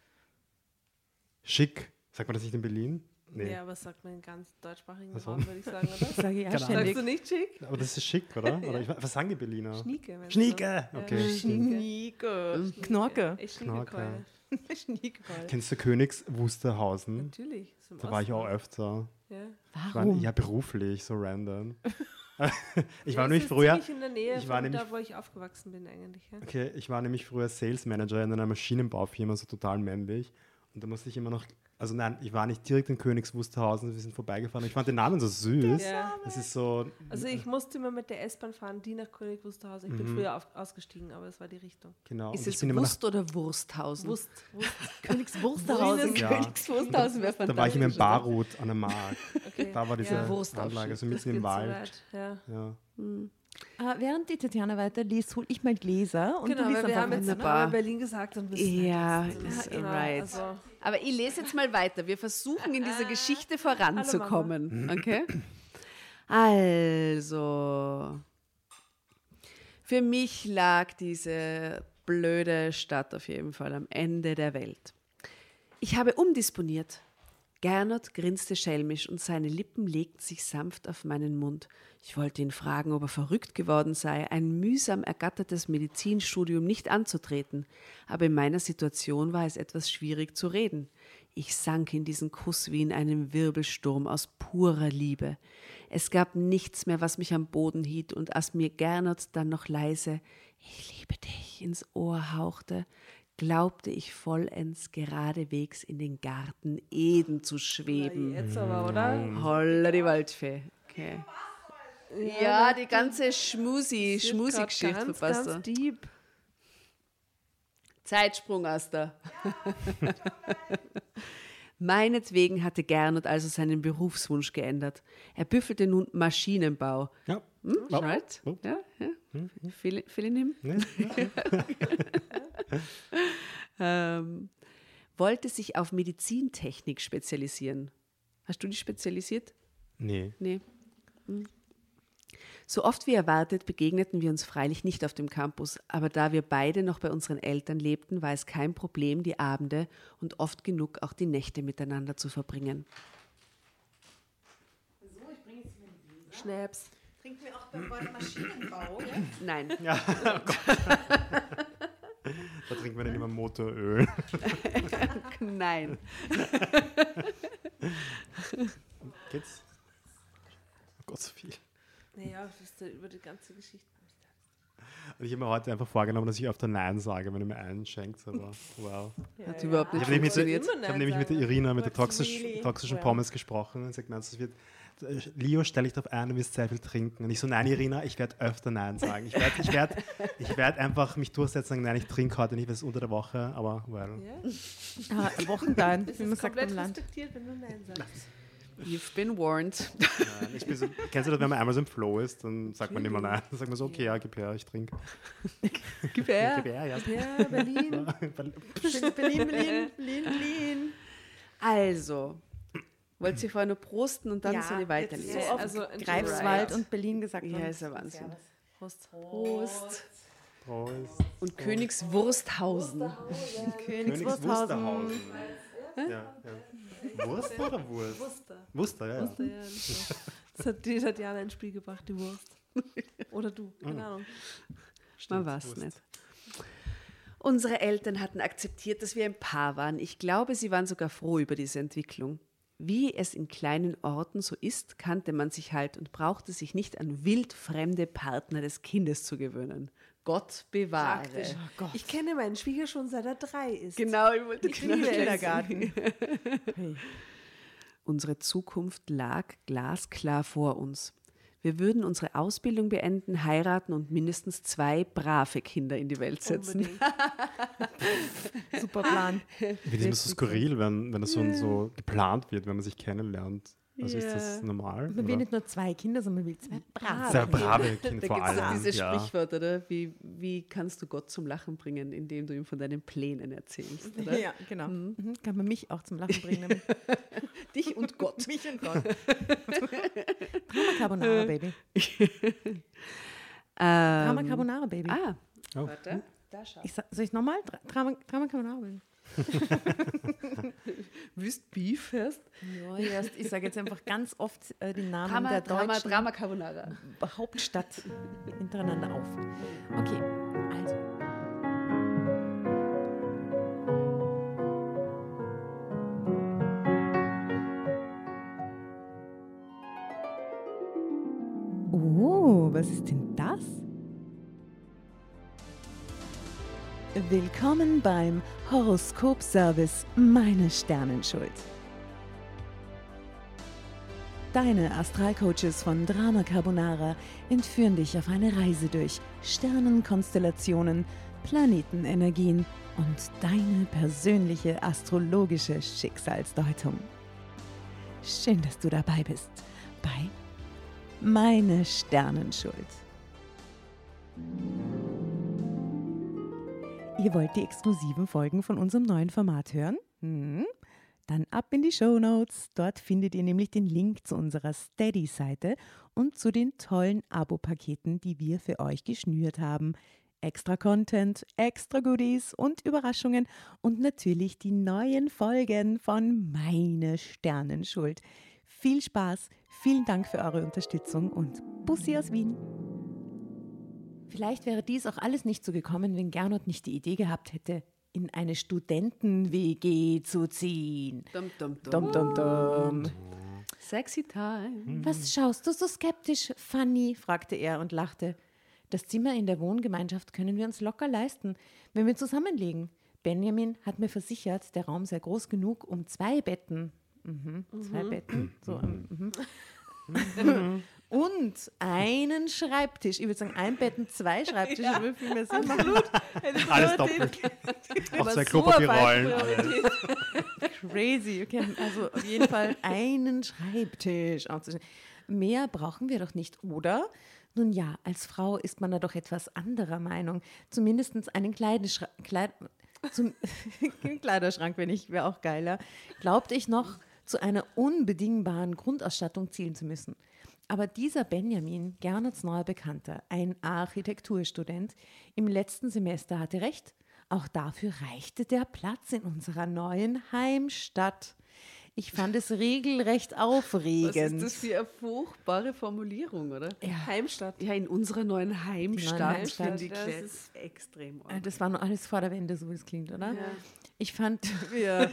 Schick. Sagt man das nicht in Berlin? Nee. Ja, was sagt man in ganz deutschsprachigen Ach so. Raum, würde ich sagen, oder? Sage ich auch Keine Sagst ständig. du nicht schick? Aber das ist schick, oder? oder ich, was sagen die Berliner? Schnieke. meinst Schnieke. du? Okay. Ja, Schnieke. Knorke. Ich Knorke. Schniekekeule. Schnieke. Kennst du Königs Wusterhausen? Natürlich. ist im Da war ich auch Osten. öfter. Ja. Ich war, ja, beruflich, so random. ich war Ja, nämlich es ist früher, ziemlich in der Nähe ich war von nämlich- da, wo ich aufgewachsen bin eigentlich. Ja. okay, ich war nämlich früher Sales Manager in einer Maschinenbaufirma, so total männlich. Und da musste ich immer noch, also nein, ich war nicht direkt in Königs Wusterhausen, wir sind vorbeigefahren. Ich fand den Namen so süß. Ja. Das ist so, Also ich musste immer mit der S-Bahn fahren, die nach König Wusterhausen. Ich bin früher auf, ausgestiegen, aber das war die Richtung. genau. Ist und ich es bin immer nach, Wurst oder Wursthausen? Wust, Wust. Königswusterhausen. Ja. Königswusterhausen wäre da war ich immer im fantastisch. Barut an der Mark. Okay. Da war diese Ja. Wurstaufschnitt. Anlage, so Das mitten geht im so Wald. weit, Ja. Ja. Äh, während die Tatjana weiterliest, hole ich mal Gläser und Genau, du liest weil wir einfach haben jetzt wunderbar. mal Berlin gesagt und wissen Ja, nicht, was- ist genau, right. also- Aber ich lese jetzt mal weiter. Wir versuchen in dieser Geschichte voranzukommen. Okay? Also, für mich lag diese blöde Stadt auf jeden Fall am Ende der Welt. Ich habe umdisponiert. Gernot grinste schelmisch und seine Lippen legten sich sanft auf meinen Mund. Ich wollte ihn fragen, ob er verrückt geworden sei, ein mühsam ergattertes Medizinstudium nicht anzutreten. Aber in meiner Situation war es etwas schwierig zu reden. Ich sank in diesen Kuss wie in einem Wirbelsturm aus purer Liebe. Es gab nichts mehr, was mich am Boden hielt, und als mir Gernot dann noch leise »Ich liebe dich« ins Ohr hauchte, glaubte ich vollends geradewegs in den Garten Eden zu schweben. Jetzt aber, oder? Holla die Waldfee. Okay. Ja, die ganze Schmusi, Das wird Schmusi-Geschichte grad ganz, verpasst. ganz deep. Zeitsprung, Asta. Meinetwegen hatte Gernot also seinen Berufswunsch geändert. Er büffelte nun Maschinenbau. Ja. Hm? Ja. Right? Oh. Ja, ja. Feel, feeling him? Ne? ähm, wollte sich auf Medizintechnik spezialisieren. Hast du dich spezialisiert? Nee. Nee. Hm. So oft wie erwartet begegneten wir uns freilich nicht auf dem Campus, aber da wir beide noch bei unseren Eltern lebten, war es kein Problem, die Abende und oft genug auch die Nächte miteinander zu verbringen. Schnaps. Trinken wir auch beim Wort Maschinenbau, ja? Nein. Ja, oh Gott. Da trinken wir dann immer Motoröl. Nein. Geht's? Oh Gott, so viel. Naja, das ist ja über die ganze Geschichte. Und ich habe mir heute einfach vorgenommen, dass ich öfter Nein sage, wenn ihr mir einen schenkt. Aber wow. Hat überhaupt nicht Ich habe nämlich, mit der- funktioniert. ich hab nämlich mit der Irina, mit der What's toxisch, really toxischen well? Pommes gesprochen und sagt, nein, das wird, Leo, stell dich darauf ein, du wirst sehr viel trinken. Und ich so, nein, Irina, ich werde öfter Nein sagen. Ich werde ich werd, ich werd einfach mich durchsetzen und sagen, nein, ich trinke heute nicht, weil es unter der Woche, aber well. Ja? Ah, Wochentag, Das wie man ist sagt komplett im Land. respektiert, wenn du Nein sagst. You've been warned. Nein, ich bin so, kennst du das, wenn man einmal so im Flow ist, dann sagt man immer nein. Dann sagt man so, okay, ja, gib her, ich trinke. Gib her. Gib her, ja. Ja, Berlin. Berlin, Berlin, Berlin, Berlin. Also, wollt ihr vorher nur prosten und dann Ja, soll ich weiterlesen? jetzt so oft Also, Greifswald und Berlin gesagt Ja, haben. ist ja Wahnsinn. Prost. Prost. Prost. Und Königswursthausen. Königswursthausen. Ja, ja. Wurst oder Wurst? Wuster. Wuster, ja. ja. Wuster, ja. Das, das hat die Tatjana ins Spiel gebracht, die Wurst. Oder du, keine Ahnung. Man weiß es nicht. Unsere Eltern hatten akzeptiert, dass wir ein Paar waren. Ich glaube, sie waren sogar froh über diese Entwicklung. Wie es in kleinen Orten so ist, kannte man sich halt und brauchte sich nicht an wildfremde Partner des Kindes zu gewöhnen. Gott bewahre. Praktisch. Ich kenne meinen Schwieger schon seit er drei ist. Genau, ich wollte Ich genau liebe gleich Kindergarten. sagen. Unsere Zukunft lag glasklar vor uns. Wir würden unsere Ausbildung beenden, heiraten und mindestens zwei brave Kinder in die Welt setzen. Unbedingt. Super Plan. Ich finde es immer so skurril, wenn, wenn das so, so geplant wird, wenn man sich kennenlernt. Also ist das Ja. normal? Man will oder? nicht nur zwei Kinder, sondern man will zwei brave. Sehr brave Kinder Da gibt vor es doch allem. dieses ja. Sprichwort, oder? Wie, wie kannst du Gott zum Lachen bringen, indem du ihm von deinen Plänen erzählst, oder? Ja, genau. Mhm. Kann man mich auch zum Lachen bringen. Dich und Gott. mich und Gott. Drama Carbonara, Baby. Drama Ähm, Carbonara, Baby. ah, Oh. warte. Da schau. Ich sag, soll ich nochmal? Dra- Drama, Drama Carbonara, Baby. Willst Beef hast? Ja, erst, ich sage jetzt einfach ganz oft äh, die Namen Drama, der Drama, deutschen Drama Carbonara. Hauptstadt hintereinander auf. Okay, also. Oh, was ist denn das? Willkommen beim Horoskop-Service Meine Sternenschuld. Deine Astralcoaches von Drama Carbonara entführen dich auf eine Reise durch Sternenkonstellationen, Planetenenergien und deine persönliche astrologische Schicksalsdeutung. Schön, dass du dabei bist bei Meine Sternenschuld. Ihr wollt die exklusiven Folgen von unserem neuen Format hören? Hm? Dann ab in die Shownotes. Dort findet ihr nämlich den Link zu unserer Steady-Seite und zu den tollen Abo-Paketen, die wir für euch geschnürt haben. Extra Content, extra Goodies und Überraschungen und natürlich die neuen Folgen von Meine Sternenschuld. Viel Spaß, vielen Dank für eure Unterstützung und Bussi aus Wien. Vielleicht wäre dies auch alles nicht so gekommen, wenn Gernot nicht die Idee gehabt hätte, in eine Studenten-W G zu ziehen. Dum, dum, Dum, dum. dum, dum. Sexy time. Was schaust du so skeptisch, Fanny? Fragte er und lachte. Das Zimmer in der Wohngemeinschaft können wir uns locker leisten, wenn wir zusammenlegen. Benjamin hat mir versichert, der Raum sei groß genug, um zwei Betten. Mhm, zwei Mhm. Betten. So, ähm, mhm. Mhm. Und einen Schreibtisch. Ich würde sagen, ein Bett und zwei Schreibtische. Ja. Würde viel mehr Sinn machen. Alles doppelt. Auch Aber zwei so Klopapierrollen. eine Priorität. Crazy. Okay, also auf jeden Fall einen Schreibtisch aufzustellen. Mehr brauchen wir doch nicht, oder? Nun ja, als Frau ist man da doch etwas anderer Meinung. Zumindest einen Kleideschrank, Kleid, zum Kleiderschrank, wenn ich, wäre auch geiler. Glaubte ich noch, zu einer unbedingbaren Grundausstattung zielen zu müssen. Aber dieser Benjamin, Gernots neuer Bekannter, ein Architekturstudent, im letzten Semester hatte recht. Auch dafür reichte der Platz in unserer neuen Heimstadt. Ich fand es regelrecht aufregend. Was ist das für eine furchtbare Formulierung, oder? Ja. Heimstadt. Ja, in unserer neuen Heimstadt, Heimstadt, finde ich das das ist- extrem Äh, Das war noch alles vor der Wende, so wie es klingt, oder? Ja. Ich fand, ja.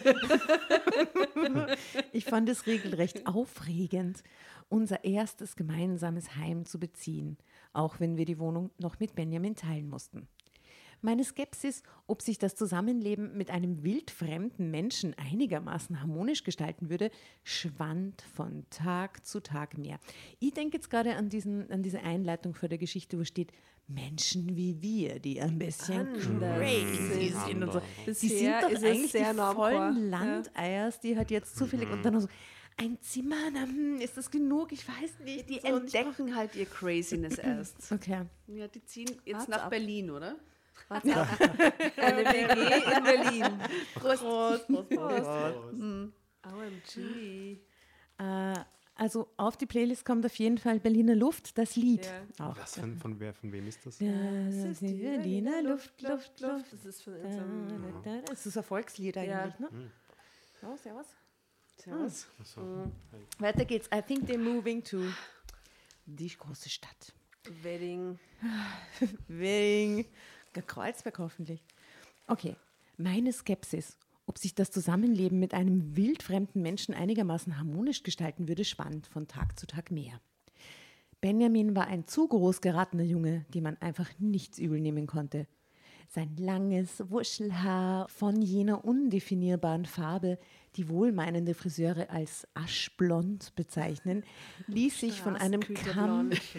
ich fand es regelrecht aufregend, unser erstes gemeinsames Heim zu beziehen, auch wenn wir die Wohnung noch mit Benjamin teilen mussten. Meine Skepsis, ob sich das Zusammenleben mit einem wildfremden Menschen einigermaßen harmonisch gestalten würde, schwand von Tag zu Tag mehr. Ich denke jetzt gerade an, diesen, an diese Einleitung vor der Geschichte, wo steht, Menschen wie wir, die ein bisschen Anders crazy sind. sind und so. Bisher Die sind doch ist es eigentlich sehr die normcore. vollen Ja. Landeiers, die halt jetzt zufällig und dann noch so, ein Zimmer, na, hm, ist das genug? Ich weiß nicht. Die So, und ich entdecken halt ihr Craziness erst. Okay. Ja, die ziehen jetzt Warte nach ab. Berlin, oder? Eine W G in Berlin. Prost, Prost, Prost, O M G. Äh, also auf die Playlist kommt auf jeden Fall Berliner Luft, das Lied. Ja. Auch. Was von, von, wer, von wem ist das? Ja, Das das ist die Berliner Luft, Luft, Luft. Das ist von Da, unserem. da, da. Das ist ein Volkslied eigentlich, ne? Oh, servus. Servus. Achso. Weiter geht's. I think they're moving to die große Stadt. Wedding. Wegen Kreuzberg hoffentlich. Okay, meine Skepsis, ob sich das Zusammenleben mit einem wildfremden Menschen einigermaßen harmonisch gestalten würde, schwand von Tag zu Tag mehr. Benjamin war ein zu groß geratener Junge, dem man einfach nichts übel nehmen konnte. Sein langes Wuschelhaar von jener undefinierbaren Farbe, die wohlmeinende Friseure als aschblond bezeichnen, ließ sich von einem Kamm Straßenküterblond.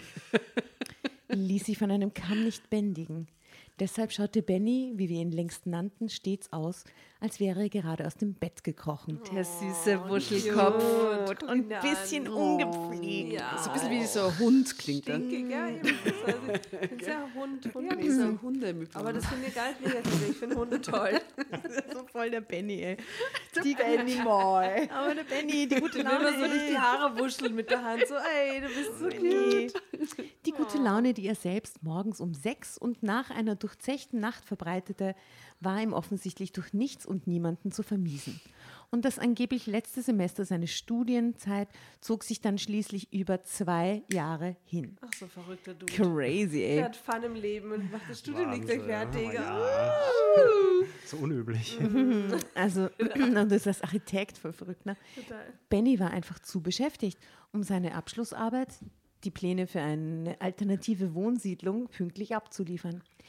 ließ sich von einem Kamm nicht bändigen. Deshalb schaute Benny, wie wir ihn längst nannten, stets aus, als wäre er gerade aus dem Bett gekrochen. Der süße Oh, Wuschelkopf. cute. Und ein Guck ihn bisschen an. ungepflegt. Ja. So ein bisschen wie so ein Hund klingt er. Stinkig, ja, eben. Das ist ja Hund. Hund Wie so ein Hundemüpfel. Aber das finde ich gar nicht negativ. Ich finde Hunde toll. So voll der Benny, ey. Die Benny mal. Aber der Benny, die gute Wenn Laune. man so durch die Haare wuschelt mit der Hand. So, ey, du bist so Benny. cute. Die gute Laune, die er selbst morgens um sechs und nach einer durchzechten Nacht verbreitete, war ihm offensichtlich durch nichts und niemanden zu vermiesen. Und das angeblich letzte Semester seiner Studienzeit zog sich dann schließlich über zwei Jahre hin. Ach, so verrückter Dude. Crazy, Er ey. hat Fun im Leben und macht das Studium nicht gleich Wahnsinn, fertig. ja. So unüblich. Also, und das ist als Architekt voll verrückt, ne? Total. Benny war einfach zu beschäftigt, um seine Abschlussarbeit, die Pläne für eine alternative Wohnsiedlung, pünktlich abzuliefern.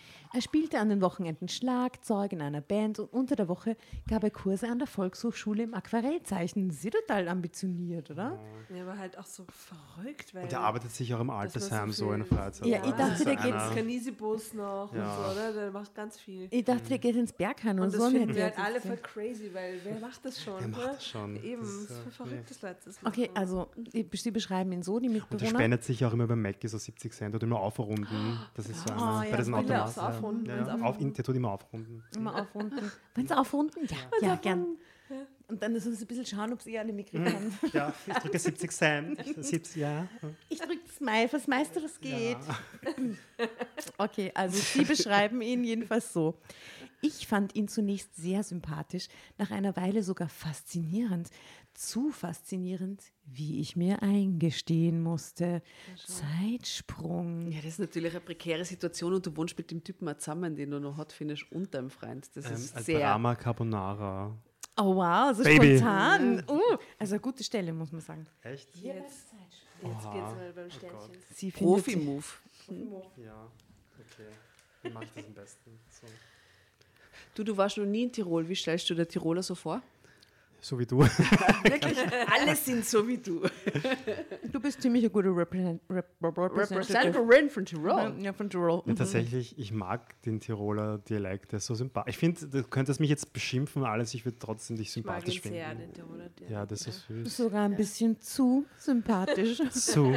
Er spielte an den Wochenenden Schlagzeug in einer Band und unter der Woche gab er Kurse an der Volkshochschule im Aquarellzeichnen. Sie total ambitioniert, oder? Ja, aber halt auch so verrückt, weil... Und der arbeitet sich auch im Altersheim so, viel- in der Freizeit. Ja, ich Das dachte, ist so der geht- einer- Kanisibus noch Ja. und so, oder? Der macht ganz viel. Ich dachte, der geht ins Berghain und, Und das so. finden nicht. wir halt alle voll crazy, weil wer macht das schon? Wer macht ne? das schon? Eben, Das das ist, ist äh, voll verrückt, das Leute das Okay, machen. also die- Sie beschreiben ihn so, die Und der Mitbewohner. spendet sich auch immer beim Mac so siebzig Cent oder immer aufrunden. Das ist so Ah, eine, ja, bei diesen will er Automaten. auch so aufrunden, ja, wenn's ja, aufrunden? auf, in- der tut immer aufrunden. Immer aufrunden. Wollen Sie aufrunden? Ja, ja, gern. Und dann so ein bisschen schauen, ob Sie alle mitkriegen haben. Ja, ich drücke siebzig Cent. siebzig, ja. Ich drücke das Mai, was meiste, was geht. Okay, also Sie beschreiben ihn jedenfalls so. Ich fand ihn zunächst sehr sympathisch, nach einer Weile sogar faszinierend. Zu faszinierend, wie ich mir eingestehen musste. Zeitsprung. Ja, das ist natürlich eine prekäre Situation und du wohnst mit dem Typen auch zusammen, den du noch hat, findest, und deinem Freund. Das Ähm, ist ein sehr... Drama Carbonara. Oh wow, so Baby. spontan. Uh, also eine gute Stelle, muss man sagen. Echt? Jetzt, jetzt geht's mal beim Sternchen. Sie findet- Profi-Move. Ja, okay. Wie mache ich das am besten? So, Du, du warst noch nie in Tirol. Wie stellst du dir Tiroler so vor? so wie du. Wirklich, alle sind so wie du. Du bist ziemlich ein guter Represent Rep Representative. Representative von Tirol. Ja, von Tirol. Ja, tatsächlich, ich mag den Tiroler Dialekt, der ist so sympathisch. Ich finde, du könntest mich jetzt beschimpfen und alles, ich würde trotzdem dich Ich mag ihn sympathisch sehr, finden. den Tiroler Dialekt. Ja, das ist so süß. Sogar ein bisschen zu sympathisch. So,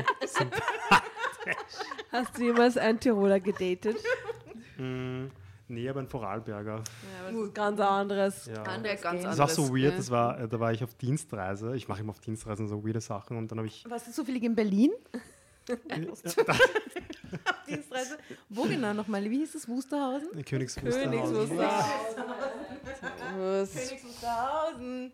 Hast du jemals einen Tiroler gedatet? mm, nee, aber ein Vorarlberger. Ja, aber das ist ganz anderes. Ja. Andere ganz Das ist auch so anderes, weird, ne? das war, äh, da war ich auf Dienstreise. Ich mache immer auf Dienstreisen so weirde Sachen und dann habe ich. Warst du zufällig in Berlin? Dienstreise. Wo genau nochmal? Wie hieß es? Wusterhausen? Königs Königs Wusterhausen. Königs Wusterhausen.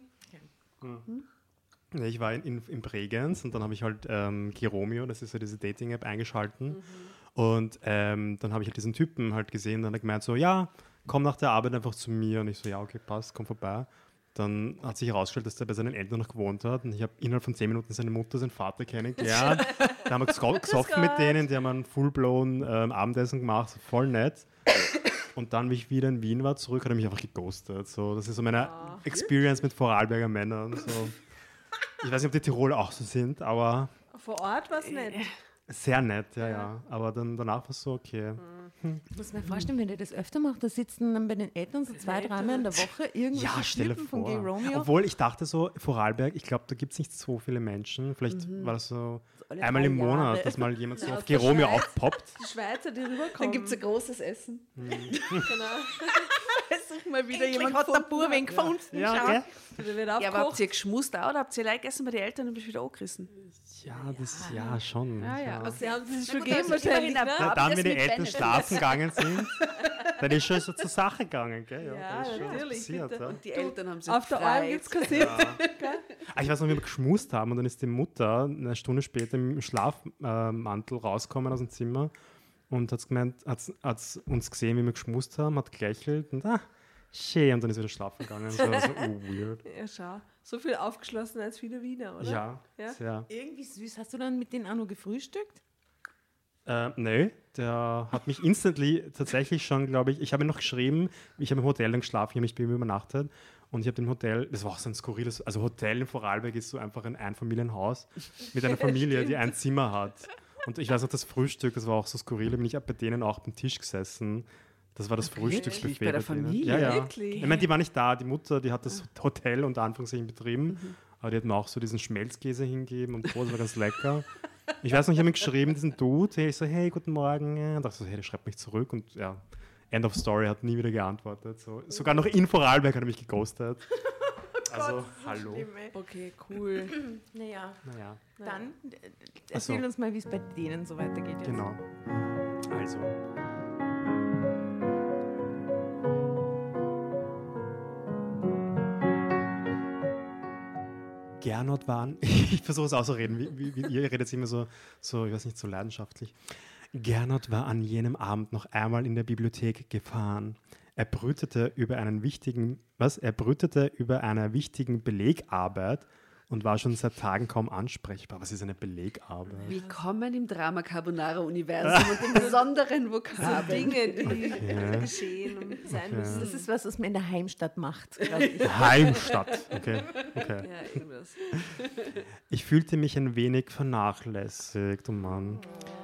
Ja, ich war in, in, in Bregenz und dann habe ich halt ähm, Giromeo, das ist so diese Dating-App, eingeschalten. Und ähm, dann habe ich halt diesen Typen halt gesehen und dann hat er gemeint so, ja, komm nach der Arbeit einfach zu mir. Und ich so, ja, okay, passt, komm vorbei. Dann hat sich herausgestellt, dass er bei seinen Eltern noch gewohnt hat. Und ich habe innerhalb von zehn Minuten seine Mutter, seinen Vater kennengelernt. Da haben wir geso- gesoffen mit denen, die haben ein full-blown ähm, Abendessen gemacht, voll nett. Und dann, wie ich wieder in Wien war, zurück, hat er mich einfach geghostet. So, das ist so meine Experience mit Vorarlberger Männern. So. Ich weiß nicht, ob die Tiroler auch so sind, aber Vor Ort war es nett. sehr nett, ja, ja. Aber dann danach war es so, okay. Ich muss mir vorstellen, wenn der das öfter macht, da sitzen dann bei den Eltern so zwei, dreimal in der Woche irgendwelche Ja, stelle Typen von vor. Gay Romeo. Obwohl ich dachte so, Vorarlberg, ich glaube, da gibt es nicht so viele Menschen. Vielleicht war das so alle einmal im drei Jahre. Monat, dass mal jemand so Ja, auf aus der Gay Romeo Schweiz. aufpoppt. Die Schweizer, die rüberkommen. Dann gibt es ein großes Essen. Genau. Such mal wieder Endlich jemand hat der gefunden. Bub wen gefunden. Ja, Schau. okay. Der wird Ja, aber habt aufgekocht. ihr geschmust auch oder habt ihr Leute gegessen bei den Eltern und bist wieder angerissen? Ja, das, ja, schon. Ja, ja. Also, sie haben sich schon gut, gegeben also wahrscheinlich, immerhin ne? ein Ja, Aber dann, das wenn die mit Eltern Benefit. schlafen gegangen sind, dann ist schon so zur Sache gegangen, gell? Ja, Ja, da ist schon was natürlich, passiert, bitte. ja. Die Eltern haben sich Auf der Alm gibt es kein Sitz. Ah, ich weiß noch, wie wir geschmust haben und dann ist die Mutter eine Stunde später im Schlafmantel rausgekommen aus dem Zimmer und hat gemeint, hat's, hat's uns gesehen, wie wir geschmust haben, hat gelächelt und ah, schön, und dann ist wieder schlafen gegangen. Das war so oh, weird. Ja, schau. So viel aufgeschlossen als viele Wiener, oder? Ja, Ja? sehr. Irgendwie süß. Hast du dann mit denen auch noch gefrühstückt? Äh, nee, der hat mich instantly tatsächlich schon, glaube ich, ich habe ihm noch geschrieben, ich habe im Hotel dann geschlafen, ich habe mich bei ihm übernachtet und ich habe im Hotel, das war auch so ein skurriles, also Hotel in Vorarlberg ist so einfach ein Einfamilienhaus mit einer Familie, die ein Zimmer hat. Und ich weiß noch, das Frühstück, das war auch so skurril, da bin ich bei denen auch beim Tisch gesessen. Das war das Frühstücksbuffet. Bei der denen. Familie? Ja, ja. Wirklich? Ich meine, die war nicht da, die Mutter, die hat das Hotel unter Anführungszeichen betrieben, aber die hat mir auch so diesen Schmelzkäse hingegeben und so, das war ganz lecker. Ich weiß noch, ich habe mir geschrieben, diesen Dude, hey, ich so, hey, guten Morgen. Und dachte so, hey, der schreibt mich zurück und ja, End of Story, hat nie wieder geantwortet. So. Sogar noch in Vorarlberg hat er mich geghostet. Also, hallo. Okay, cool. Naja, Naja, dann äh, Ach so. erzähl uns mal, wie es bei denen so weitergeht. Jetzt. genau. Also. Gernot waren, ich versuche es auszureden, wie, wie, wie ihr redet jetzt immer so, so, ich weiß nicht, so leidenschaftlich. Gernot war an jenem Abend noch einmal in der Bibliothek gefahren. Er brütete über einen wichtigen, was? Er brütete über einer wichtigen Belegarbeit und war schon seit Tagen kaum ansprechbar. Was ist eine Belegarbeit? Willkommen im Drama Carbonara-Universum und dem besonderen Vokabel. Dinge, die Okay. geschehen und sein Okay. müssen. Das ist was, was man in der Heimstadt macht, glaube ich. Heimstadt. Okay. okay. Ja, irgendwas. Ich fühlte mich ein wenig vernachlässigt, oh Mann.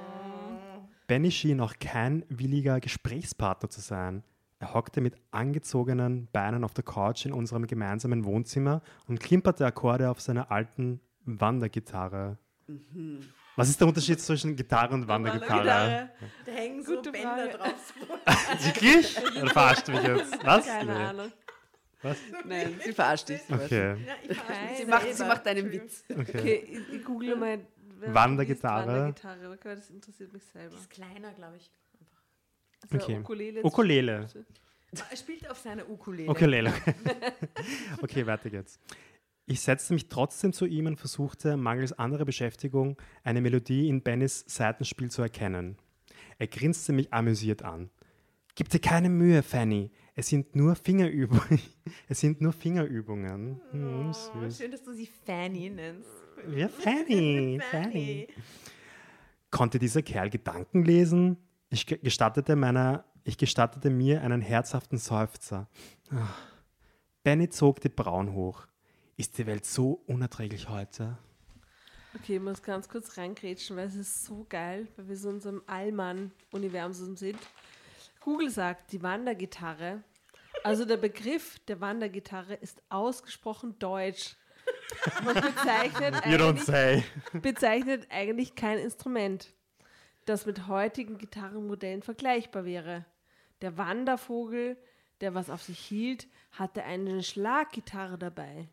Benny schien auch kein williger Gesprächspartner zu sein. Er hockte mit angezogenen Beinen auf der Couch in unserem gemeinsamen Wohnzimmer und klimperte Akkorde auf seiner alten Wandergitarre. Was ist der Unterschied zwischen Gitarre und Wandergitarre? Da hängen so Gute Bänder Frage. drauf. Wirklich? Oder verarscht mich jetzt? Was? Keine Nee. Ahnung. Was? Nein, sie verarscht dich. Okay. Sie macht, sie macht einen Witz. okay. Okay, ich, ich google mal. wer- Wandergitarre. Wandergitarre, okay, das interessiert mich selber. Das ist kleiner, glaube ich. Also Okay. Ukulele. Ukulele. Er spielt auf seiner Ukulele. Ukulele. Okay, weiter geht's. Ich setzte mich trotzdem zu ihm und versuchte, mangels anderer Beschäftigung, eine Melodie in Bennys Saitenspiel zu erkennen. Er grinste mich amüsiert an. Gib dir keine Mühe, Fanny. Es sind nur Fingerübungen. Es sind nur Fingerübungen. Hm, Oh, süß. schön, dass du sie Fanny nennst. Ja, Fanny, Fanny. Konnte dieser Kerl Gedanken lesen? Ich ge- gestattete, meiner, ich gestattete mir einen herzhaften Seufzer. Ah. Benny zog die Brauen hoch. Ist die Welt so unerträglich heute? Okay, ich muss ganz kurz reingrätschen, weil es ist so geil, weil wir so in unserem Allmann-Universum sind. Google sagt, die Wandergitarre, also der Begriff der Wandergitarre ist ausgesprochen deutsch und bezeichnet You don't eigentlich, say. bezeichnet eigentlich kein Instrument, das mit heutigen Gitarrenmodellen vergleichbar wäre. Der Wandervogel, der was auf sich hielt, hatte eine Schlaggitarre dabei.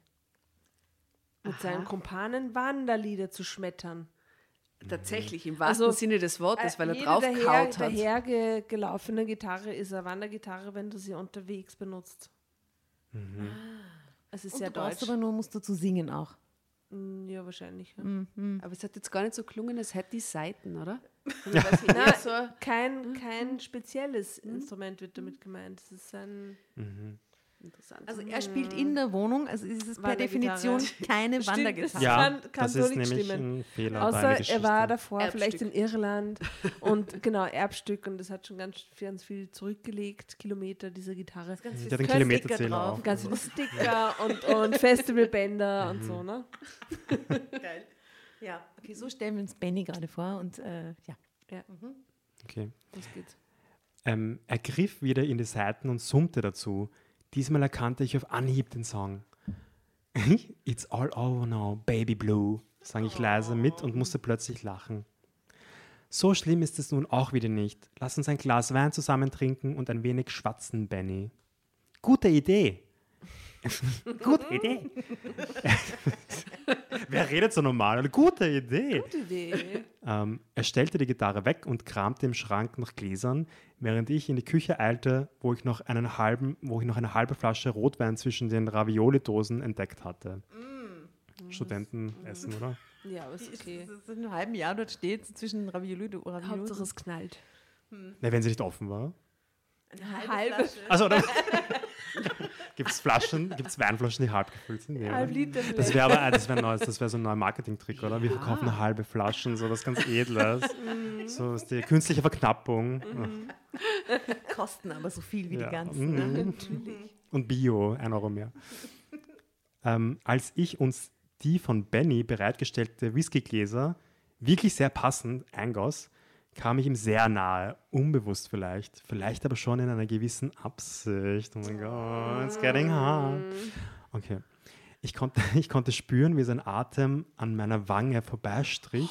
Mit seinen Kumpanen Wanderlieder zu schmettern. Tatsächlich, im wahrsten Also, Sinne des Wortes, weil er Jede drauf daher, kaut hat. dahergelaufene Gitarre ist eine Wandergitarre, wenn du sie unterwegs benutzt. Es ist Und sehr du brauchst deutsch. aber nur, musst du zu singen auch. Mm, Ja, wahrscheinlich. Ja. Aber es hat jetzt gar nicht so gelungen, es hätte die Seiten, oder? Nein, so, kein, kein spezielles Instrument wird damit gemeint. Es ist ein interessant. Also er spielt in der Wohnung, also ist es per Wandergitarre. Definition keine Stimmt, Wandergitarre. das Ja, kann- kann das so ist nicht nämlich stimmen. ein Fehler bei einer Außer Geschichte. er war davor Erbstück. vielleicht in Irland und genau, Erbstück und das hat schon ganz, ganz viel zurückgelegt, Kilometer dieser Gitarre. Ganz Der hat den Sticker Kilometerzähler drauf. auch. Ganz viele Sticker und, und Festivalbänder und so, ne? Geil. Ja, okay, so stellen wir uns Benny gerade vor und äh, ja. Okay. Das geht's. Ähm, er griff wieder in die Saiten und summte dazu. Diesmal erkannte ich auf Anhieb den Song. It's all over now, baby blue, sang ich leise mit und musste plötzlich lachen. So schlimm ist es nun auch wieder nicht. Lass uns ein Glas Wein zusammen trinken und ein wenig schwatzen, Benny. Gute Idee. Gute Idee. Wer redet so normal? Gute Idee. Gute Idee. Ähm, er stellte die Gitarre weg und kramte im Schrank nach Gläsern, während ich in die Küche eilte, wo ich noch einen halben, wo ich noch eine halbe Flasche Rotwein zwischen den Ravioli-Dosen entdeckt hatte. Studenten essen, oder? Ja, aber ist okay. Das ist in einem halben Jahr dort steht, so zwischen Ravioli und Ravioli. Hauptsache es knallt. Ne, wenn sie nicht offen war. Eine halbe Flasche. Also, oder? Gibt es Flaschen, gibt es Weinflaschen, die halb gefüllt sind? Nee, Halb oder? Liter Das vielleicht. wäre aber das wär neues, das wäre so ein neuer Marketing-Trick, oder? Wir verkaufen eine halbe Flaschen, so was ganz Edles. So ist die künstliche Verknappung. Kosten aber so viel wie Ja. die ganzen. Ne? Mhm. Und Bio, ein Euro mehr. ähm, als ich uns die von Benny bereitgestellte Whiskygläser wirklich sehr passend eingoss, kam ich ihm sehr nahe, unbewusst vielleicht, vielleicht aber schon in einer gewissen Absicht. Oh mein Gott, it's getting hard. Okay. Ich konnte, ich konnte spüren, wie sein Atem an meiner Wange vorbeistrich.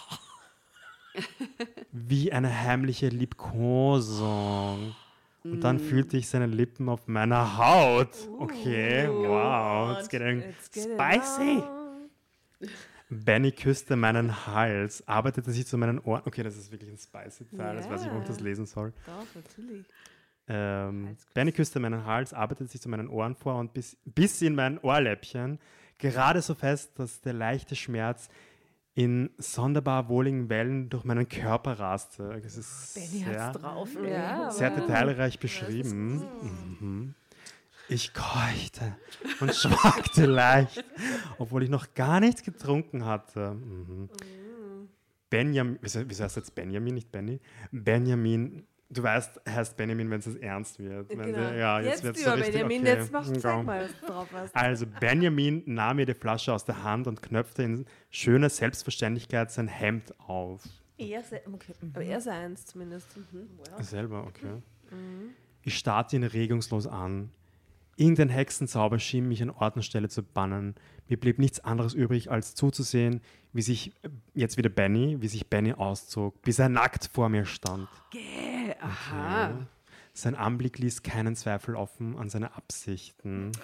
Wie eine heimliche Liebkosung. Und dann fühlte ich seine Lippen auf meiner Haut. Okay, wow, it's getting It's getting spicy. on. Benny küsste meinen Hals, arbeitete sich zu meinen Ohren. Okay, das ist wirklich ein spicy Teil, das weiß ich, wo ich das Ja. lesen soll. Doch, natürlich. Ähm, Halsküsse. Benny küsste meinen Hals, arbeitete sich zu meinen Ohren vor und bis, bis in mein Ohrläppchen, gerade so fest, dass der leichte Schmerz in sonderbar wohligen Wellen durch meinen Körper raste. Das ist Benny sehr, hat's drauf. ey. Ja, sehr aber- detailreich beschrieben. Mhm. Ich keuchte und schwankte leicht, obwohl ich noch gar nichts getrunken hatte. Mhm. Benjamin, wieso, wieso heißt jetzt Benjamin, nicht Benny? Benjamin, du weißt, heißt Benjamin, wenn es ernst wird. Wenn Genau. sie, ja, jetzt, jetzt wird's lieber so richtig, Benjamin, okay. jetzt mach, Ja. zeig mal, was du drauf hast. Also Benjamin nahm mir die Flasche aus der Hand und knöpfte in schöner Selbstverständlichkeit sein Hemd auf. Er se- okay. mhm. Aber er ist eins zumindest. Mhm. Selber, okay. Ich starrte ihn regungslos an. Irgendein Hexenzauber schien mich an Ort und Stelle zu bannen. Mir blieb nichts anderes übrig, als zuzusehen, wie sich, äh, jetzt wieder Benny, wie sich Benny auszog, bis er nackt vor mir stand. Gäh, aha. Sein Anblick ließ keinen Zweifel offen an seine Absichten.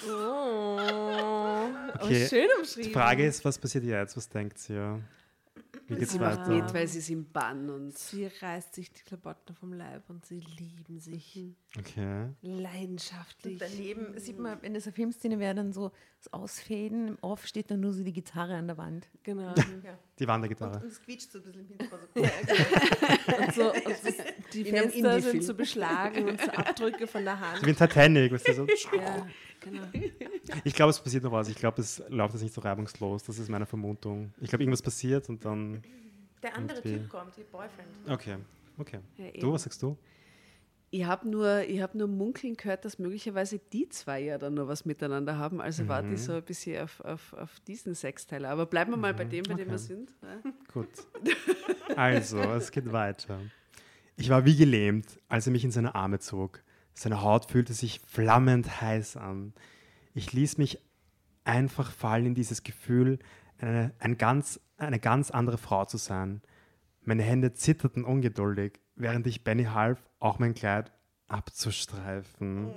Oh, Okay, oh, schön Die umschrieben. Frage ist, was passiert jetzt? Was denkt ihr? Wie geht's Sie macht weiter? mit, weil sie ist im Bann und Sie reißt sich die Klamotten vom Leib und sie lieben sich Okay. leidenschaftlich. Daneben sieht man, wenn das eine Filmszene wäre, dann so das Ausfaden. Im Off steht dann nur so die Gitarre an der Wand. Genau. Die Wandergitarre. Und es quietscht so ein bisschen im Hintergrund. Und so, und so die In einem Fenster Indie-Film. sind so beschlagen und so Abdrücke von der So Hand. wie in Titanic. Weißt du, so. Ja, genau. Ich glaube, es passiert noch was. Ich glaube, es läuft jetzt nicht so reibungslos. Das ist meine Vermutung. Ich glaube, irgendwas passiert und dann... Der andere Okay. Typ kommt, ihr Boyfriend. Okay, okay. Ja, Du, eben. was sagst du? Ich habe nur, ich hab nur munkeln gehört, dass möglicherweise die zwei ja dann noch was miteinander haben. Also warte ich so ein bisschen auf, auf, auf diesen Sexteil. Aber bleiben wir mal bei dem, bei dem Okay. wir sind. Ja. Gut. Also, es geht weiter. Ich war wie gelähmt, als er mich in seine Arme zog. Seine Haut fühlte sich flammend heiß an. Ich ließ mich einfach fallen in dieses Gefühl, eine, ein ganz, eine ganz andere Frau zu sein. Meine Hände zitterten ungeduldig, während ich Benny half, auch mein Kleid abzustreifen.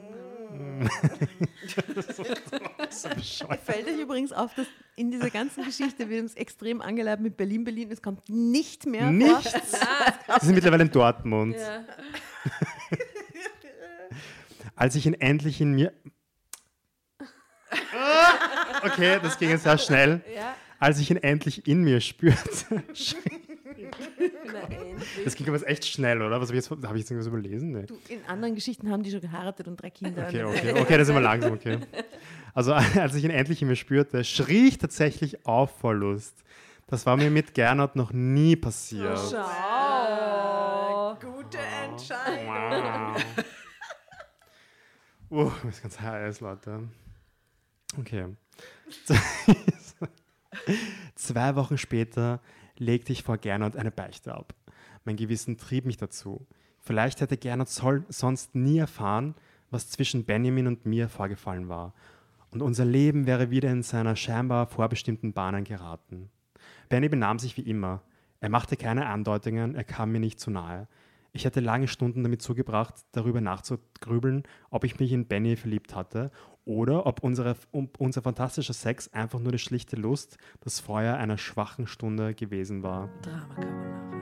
so bescheuert. Fällt euch übrigens auf, dass in dieser ganzen Geschichte wird uns extrem angeleitet mit Berlin, Berlin. Es kommt nicht mehr vor. Nichts. Sie sind mittlerweile in Dortmund. Ja. Als ich ihn endlich in mir... Okay, das ging jetzt sehr schnell. Ja. Als ich ihn endlich in mir spürte. Na, endlich. Das ging aber jetzt echt schnell, oder? Was habe ich jetzt, habe ich jetzt irgendwas überlesen? Nee. Du, in anderen Geschichten haben die schon geheiratet und drei Kinder. Okay, okay, okay, das ist immer langsam, okay. Also als ich ihn endlich in mir spürte, schrie ich tatsächlich auf vor Lust. Das war mir mit Gernot noch nie passiert. Schau. Gute Entscheidung. Wow. Uh, mir ist ganz heiß, Leute. Okay. Zwei Wochen später legte ich vor Gernot eine Beichte ab. Mein Gewissen trieb mich dazu. Vielleicht hätte Gernot soll, sonst nie erfahren, was zwischen Benjamin und mir vorgefallen war. Und unser Leben wäre wieder in seiner scheinbar vorbestimmten Bahnen geraten. Benny benahm sich wie immer. Er machte keine Andeutungen, er kam mir nicht zu nahe. Ich hatte lange Stunden damit zugebracht, darüber nachzugrübeln, ob ich mich in Benny verliebt hatte oder ob unsere, um, unser fantastischer Sex einfach nur die schlichte Lust, das Feuer einer schwachen Stunde gewesen war. Drama Carbonara.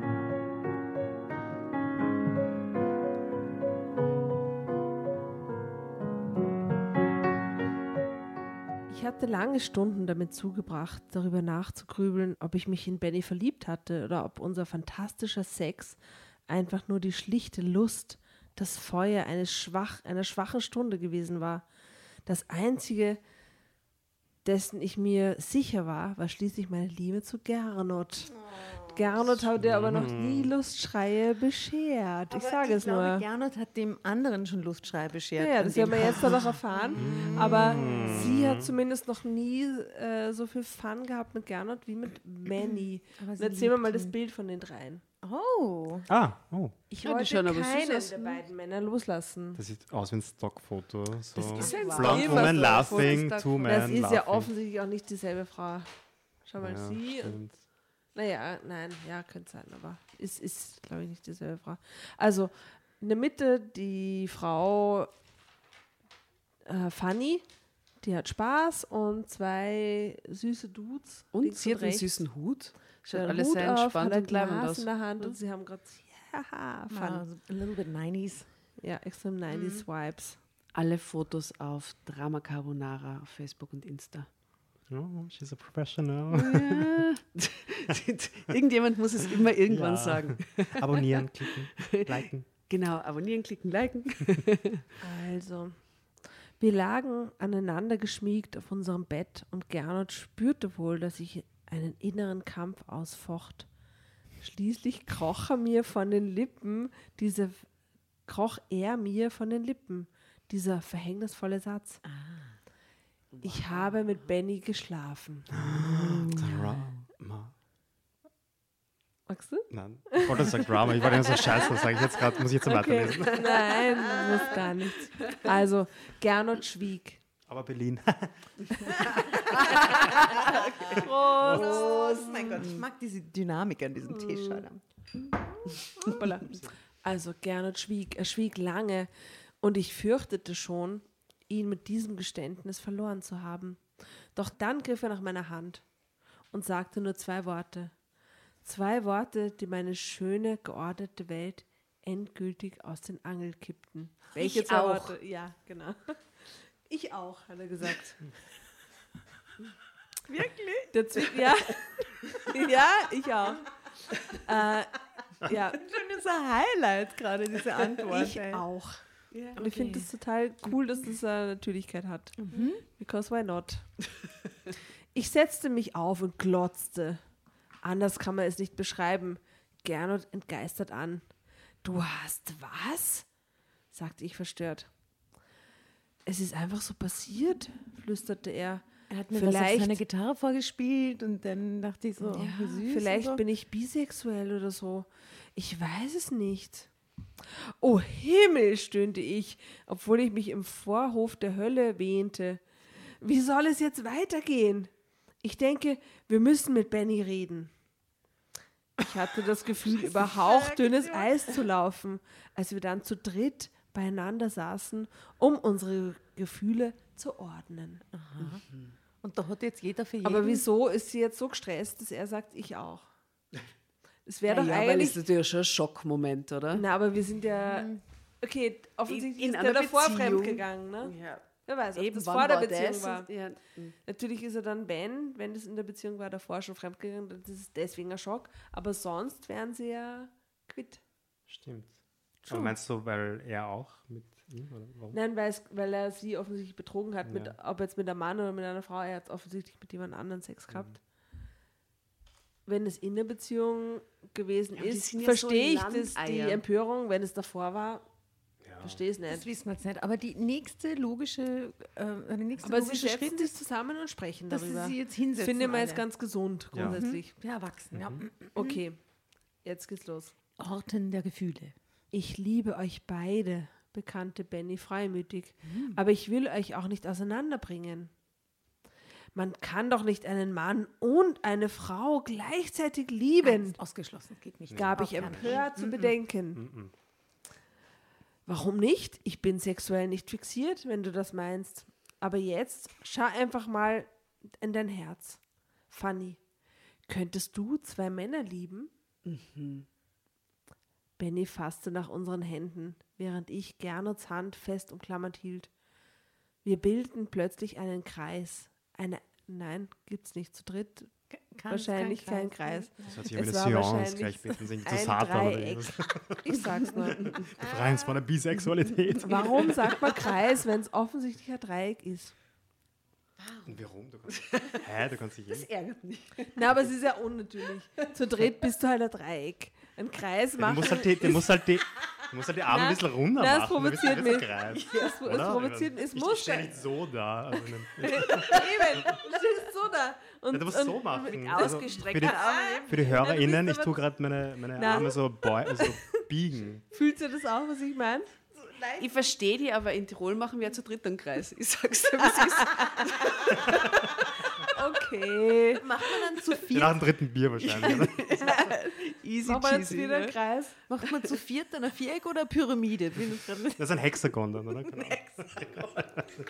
Ich hatte lange Stunden damit zugebracht, darüber nachzugrübeln, ob ich mich in Benny verliebt hatte oder ob unser fantastischer Sex einfach nur die schlichte Lust, das Feuer eines schwach, einer schwachen Stunde gewesen war. Das Einzige, dessen ich mir sicher war, war schließlich meine Liebe zu Gernot. Gernot hat dir aber noch nie Lustschreie beschert. Ich sage es ich glaube, nur. Gernot hat dem anderen schon Lustschrei beschert. Ja, ja, an das dem werden wir Tag. jetzt dann noch erfahren. Aber sie hat zumindest noch nie äh, so viel Fun gehabt mit Gernot wie mit Manny. Aber Und sie erzähl mir liebt mal das ihn. Bild von den dreien. Oh. Ah, oh, Ich Ja, die wollte schauen aber süß keinen aus. der beiden Männer loslassen. das sieht aus wie ein Stockfoto. So. Das ist ein Blonde Stockfoto. Woman Fotos laughing, davon. two men Das ist ja laughing. offensichtlich auch nicht dieselbe Frau. Schau mal, Ja, sie. stimmt. Naja, nein, ja, könnte sein, aber es ist, glaube ich, nicht dieselbe Frau. Also in der Mitte die Frau äh, Fanny, die hat Spaß und zwei süße Dudes. Und links sie hat einen rechts. süßen Hut. Schaut Der alles Hut sehr auf, entspannt hat ein und bleibend Glas aus. in der Hand und sie haben gerade ja, Fun. Ah, so a little bit nineties. Ja, extrem nineties Vibes. Alle Fotos auf Drama Carbonara auf Facebook und Insta. Oh, she's a professional. Ja. Irgendjemand muss es immer irgendwann Ja. sagen. Abonnieren, klicken, liken. Genau, abonnieren, klicken, liken. Also, Wir lagen aneinander geschmiegt auf unserem Bett und Gernot spürte wohl, dass ich einen inneren Kampf ausfocht. Schließlich kroch er mir von den Lippen, diese, kroch er mir von den Lippen, dieser verhängnisvolle Satz. Ah. Ich habe mit Benny geschlafen. Drama. Magst du? Nein, ich wollte sagen Drama, ich wollte immer so scheiße, das sage ich jetzt gerade, muss ich jetzt weiterlesen. Nein, du musst gar nichts. Also, Gernot schwieg. Aber Berlin. Prost. Oh mein Gott, ich mag diese Dynamik an diesem Tisch. Alter. Hoppala. Also, Gernot schwieg. Er schwieg lange und ich fürchtete schon, ihn mit diesem Geständnis verloren zu haben. Doch dann griff er nach meiner Hand und sagte nur zwei Worte. Zwei Worte, die meine schöne, geordnete Welt endgültig aus den Angeln kippten. Welche Ich zwei auch. Worte? Ja, genau. Ich auch, hat er gesagt. Wirklich? Der Zwie ja. ja, ich auch. Äh, ja, Das ist ein Highlight gerade, diese Antwort. ich ey. auch. Ja, Und ich finde okay. das total cool, dass das eine Natürlichkeit hat. Because why not? Ich setzte mich auf und glotzte. Anders kann man es nicht beschreiben. Gernot entgeistert an. Du hast was? Sagte ich verstört. Es ist einfach so passiert, flüsterte er. Er hat mir was auf Vielleicht- seiner Gitarre vorgespielt und dann dachte ich so, oh, wie süß. Vielleicht und so. bin ich bisexuell oder so. Ich weiß es nicht. Oh Himmel, stöhnte ich, obwohl ich mich im Vorhof der Hölle wähnte. Wie soll es jetzt weitergehen? Ich denke, wir müssen mit Benny reden. Ich hatte das Gefühl, über hauchdünnes Eis zu laufen, als wir dann zu dritt beieinander saßen, um unsere Gefühle zu ordnen. Und da hat jetzt jeder für jeden. Aber wieso ist sie jetzt so gestresst, dass er sagt, ich auch? Es wäre Ja, doch ja, weil eigentlich... das ist natürlich schon ein Schockmoment, oder? Na, aber wir sind ja... Okay, offensichtlich In- in ist der einer davor Beziehung. fremdgegangen, ne? Ja. Wer weiß, ob Eben, das wann vor der war Beziehung das? war. Ja. Natürlich ist er dann Ben, wenn das in der Beziehung war, davor schon fremdgegangen, das ist deswegen ein Schock. Aber sonst wären sie ja quitt. Stimmt. Aber meinst du, weil er auch mit ihm? Oder warum? Nein, weil, es, weil er sie offensichtlich betrogen hat, mit, Ja. ob jetzt mit einem Mann oder mit einer Frau, er hat offensichtlich mit jemand anderen Sex gehabt. Wenn es in der Beziehung gewesen Ja, aber die ist, sind ja verstehe ich so das, die Landeier. Empörung. Wenn es davor war, Ja. verstehe ich es das nicht. wissen wir jetzt nicht. Aber die nächste logische, äh, der nächste Aber sie logische setzen Schritt sich ist, zusammen und sprechen dass sie darüber. sich jetzt Das hinsetzen. finde ich mal jetzt alle. ganz gesund, Ja. grundsätzlich. Ja, erwachsen, ja. Okay, jetzt geht's los. Orten der Gefühle. Ich liebe euch beide, bekannte Benny freimütig, aber ich will euch auch nicht auseinanderbringen. Man kann doch nicht einen Mann und eine Frau gleichzeitig lieben, Nein, ist ausgeschlossen, geht nicht. gab Auch ich gar nicht. empört zu bedenken. Warum nicht? Ich bin sexuell nicht fixiert, wenn du das meinst. Aber jetzt schau einfach mal in dein Herz. Fanny, könntest du zwei Männer lieben? Benny fasste nach unseren Händen, während ich Gernots Hand fest umklammert hielt. Wir bildeten plötzlich einen Kreis. Eine, nein, gibt's nicht zu dritt. Kann- Wahrscheinlich kein Kreis. Das hört sich Es wie war eine Seance, wahrscheinlich gleich beten sie zu ein Satan oder Dreieck. irgendwas. Ich sag's nur. Befreien von der Bisexualität. Warum sagt man Kreis, wenn es offensichtlich ein Dreieck ist? Und warum? Du kannst, hä, du kannst dich jeden. Ärgert mich. Na, aber es ist ja unnatürlich. Zu dritt bist du halt ein Dreieck. Ein Kreis Du machen. musst halt die, du musst halt die, du musst halt die Arme Na, ein bisschen runter na, es machen. du bist provoziert ein mich. Kreis, Es, es oder? provoziert, es ich, muss Ich stehe sein. nicht so da. Also nicht- Eben, du stehst so da. Und, Ja, du musst und so machen. Mit Also ausgestreckten für die- Armen. Für die HörerInnen, Ja, ich du bist tue aber- gerade meine, meine Na. Arme so, boi, also biegen. Fühlt ihr das auch, was ich meine? Ich verstehe die, aber in Tirol machen wir zu dritt einen Kreis. Ich sag's dir, was ist. Okay. Macht man dann zu Ja, viert, nach dem dritten Bier wahrscheinlich. Oder? Easy Machen wir jetzt cheesy. wieder einen Ne? Kreis. macht man zu viert dann ein Viereck oder eine Pyramide? Bin ich grad mit- Das ist ein Hexagon dann, oder? Keine Ahnung.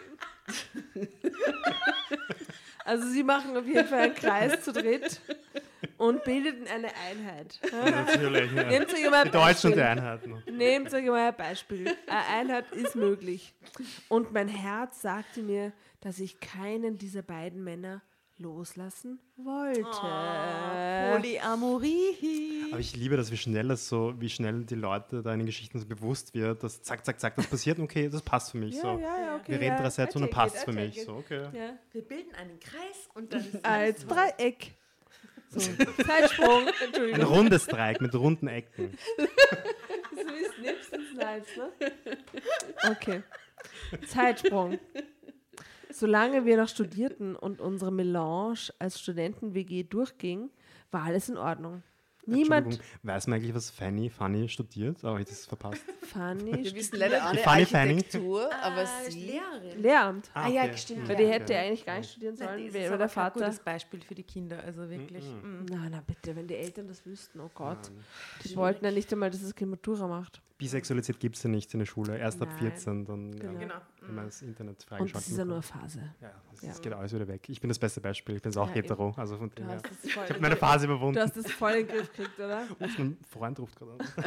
Also sie machen auf jeden Fall einen Kreis zu dritt und bildeten eine Einheit. Natürlich. Ja. Nehmt euch mal Die ein Deutschen und die Beispiel. Einheiten. Nehmt euch mal ein Beispiel. Eine Einheit ist möglich. Und mein Herz sagte mir, dass ich keinen dieser beiden Männer loslassen wollte. Oh, Polyamorie. Aber ich liebe das, wie schnell das so, wie schnell die Leute da in den Geschichten so bewusst wird, dass zack, zack, zack, das passiert, okay, das passt für mich. Ja, so. ja, ja, okay. Wir reden ja. drei Sätze und dann I take passt it, es für I mich. take So, okay. Ja. Wir bilden einen Kreis und dann ist Als Dreieck. So, Zeitsprung. Ein Entschuldigung. rundes Dreieck mit runden Ecken. So wie Snips und Slides, ne? Okay. Zeitsprung. Solange wir noch studierten und unsere Melange als Studenten-W G durchging, war alles in Ordnung. Niemand. Entschuldigung, weiß man eigentlich, was Fanny, Fanny studiert? Aber ich das verpasst. Fanny. Wir wissen leider alle Die Fanny Fanny? Architektur, aber sie... Lehrerin. Lehramt. Ah ja, stimmt. Weil die hätte ja eigentlich gar nicht studieren Nein, sollen, das wer ist oder aber der kein Vater. gutes Beispiel für die Kinder, also wirklich. Mm. Na, na bitte, wenn die Eltern das wüssten, oh Gott. Die wollten ja nicht einmal, dass das Kind Matura macht. Bisexualität gibt es ja nicht in der Schule, erst ab Nein. vierzehn, dann Genau. ja, Genau. wenn man das Internet Und freigeschaltet das ist ja nur eine bekommt. Phase. Ja, das, Ja. das geht alles wieder weg. Ich bin das beste Beispiel, ich bin auch Ja, hetero, also von Du dem her. hast das voll Ich habe meine Phase überwunden. Du hast das voll in den Griff gekriegt, oder? Ups, mein Freund ruft gerade an.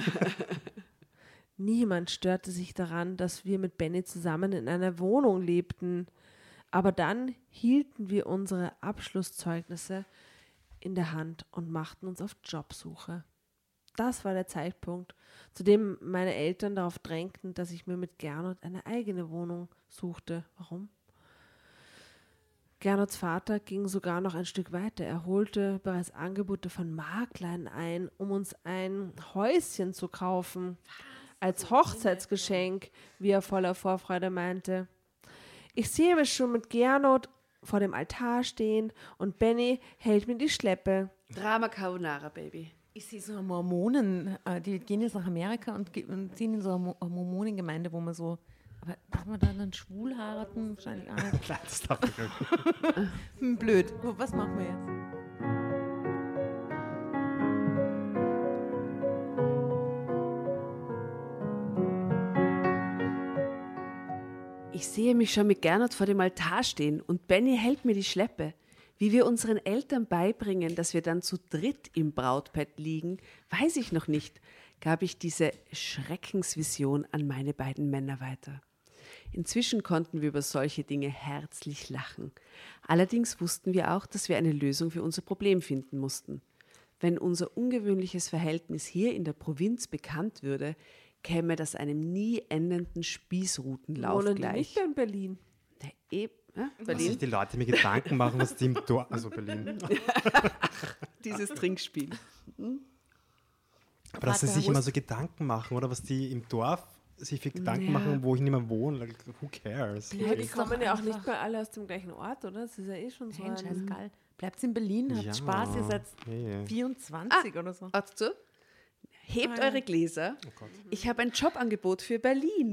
Niemand störte sich daran, dass wir mit Benny zusammen in einer Wohnung lebten. Aber dann hielten wir unsere Abschlusszeugnisse in der Hand und machten uns auf Jobsuche. Das war der Zeitpunkt, zu dem meine Eltern darauf drängten, dass ich mir mit Gernot eine eigene Wohnung suchte. Warum? Gernots Vater ging sogar noch ein Stück weiter. Er holte bereits Angebote von Maklern ein, um uns ein Häuschen zu kaufen. Als Hochzeitsgeschenk, wie er voller Vorfreude meinte. Ich sehe mich schon mit Gernot vor dem Altar stehen und Benny hält mir die Schleppe. Drama Carbonara, Baby. Ich sehe so Mormonen, äh, die gehen jetzt nach Amerika und, ge- und ziehen in so eine Mo- Mormonengemeinde, wo man so, aber darf man da dann schwul heiraten? Wahrscheinlich auch nicht. Nein, das darf ich nicht. Hm, blöd. Wo- Was machen wir jetzt? Ich sehe mich schon mit Gernot vor dem Altar stehen und Benny hält mir die Schleppe. Wie wir unseren Eltern beibringen, dass wir dann zu dritt im Brautbett liegen, weiß ich noch nicht, gab ich diese Schreckensvision an meine beiden Männer weiter. Inzwischen konnten wir über solche Dinge herzlich lachen. Allerdings wussten wir auch, dass wir eine Lösung für unser Problem finden mussten. Wenn unser ungewöhnliches Verhältnis hier in der Provinz bekannt würde, käme das einem nie endenden Spießrutenlauf Wohnen die gleich. nicht mehr in Berlin? Der e äh, Dass Berlin, sich die Leute mir Gedanken machen, was die im Dorf, also Berlin. dieses Trinkspiel. Aber dass sie sich immer so Gedanken machen, oder was die im Dorf sich für Gedanken Ja. machen, wo ich nicht mehr wohne. Like, who cares? Ja, die ist doch kommen ja auch einfach- nicht mehr alle aus dem gleichen Ort, oder? Das ist ja eh schon so Nein, ein... scheißegal. Bleibt in Berlin, habt Ja. Spaß, ihr seid Hey. vierundzwanzig oder so. Hört zu. Hebt eure Gläser. Oh Gott. Ich habe ein Jobangebot für Berlin.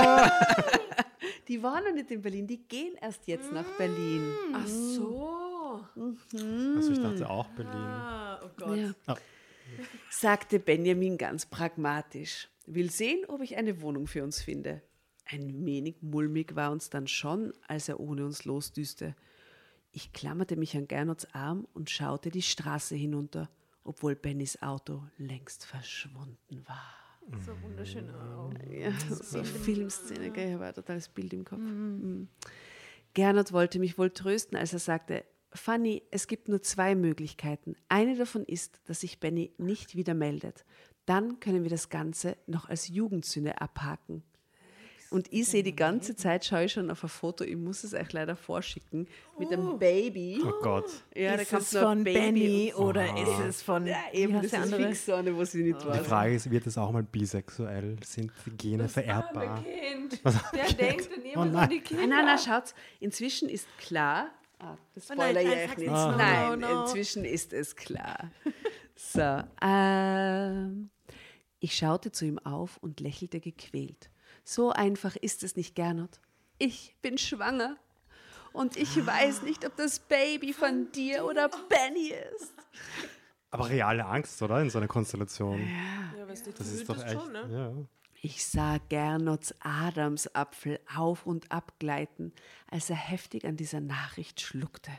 Die waren noch nicht in Berlin, die gehen erst jetzt nach Berlin. Ach so. Also ich dachte auch Berlin. Ah, oh Gott. Ja. Ah. Sagte Benjamin ganz pragmatisch. Will sehen, ob ich eine Wohnung für uns finde. Ein wenig mulmig war uns dann schon, als er ohne uns losdüste. Ich klammerte mich an Gernots Arm und schaute die Straße hinunter, obwohl Bennys Auto längst verschwunden war. So wunderschöne Augen. Ja, so Filmszene, gell? Ich habe ein totales Bild im Kopf. Mhm. Gernot wollte mich wohl trösten, als er sagte, Fanny, es gibt nur zwei Möglichkeiten. Eine davon ist, dass sich Benny nicht wieder meldet. Dann können wir das Ganze noch als Jugendsünde abhaken. Und ich sehe die ganze Zeit, schaue ich schon auf ein Foto, ich muss es euch leider vorschicken, mit einem Baby. Oh Gott. Ja, da Ist kommt es noch ein von Baby Benny und- oder ist es von Ja, wie eben, heißt das der ist andere? fix so eine, was ich nicht Die weiß. Frage ist, wird es auch mal bisexuell? Sind die Gene vererbbar? Kind. Der denkt an Oh jemand nein. an die Kinder. Nein, nein, nein, schaut, inzwischen ist klar, ah, das Oh nein, spoiler ich nein, euch sag's nicht. nicht. No, Nein, no, no. inzwischen ist es klar. So, ähm, ich schaute zu ihm auf und lächelte gequält. So einfach ist es nicht, Gernot. Ich bin schwanger. Und ich weiß nicht, ob das Baby von dir oder Benny ist. Aber reale Angst, oder? In so einer Konstellation. Ja, was die Das ist doch echt. schon, ne? Ja. Ich sah Gernots Adamsapfel auf und ab gleiten, als er heftig an dieser Nachricht schluckte.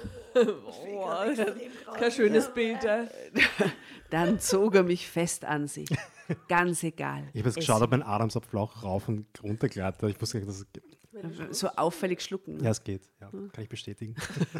Kein schönes Bild. Ja. Dann zog er mich fest an sich. Ganz egal. Ich habe jetzt Es- geschaut, ob mein Adamsapfel auch rauf und runter gleitet. Ich wusste gar nicht, dass es gibt. So auffällig schlucken. Ne? Ja, es geht. Ja, kann ich bestätigen.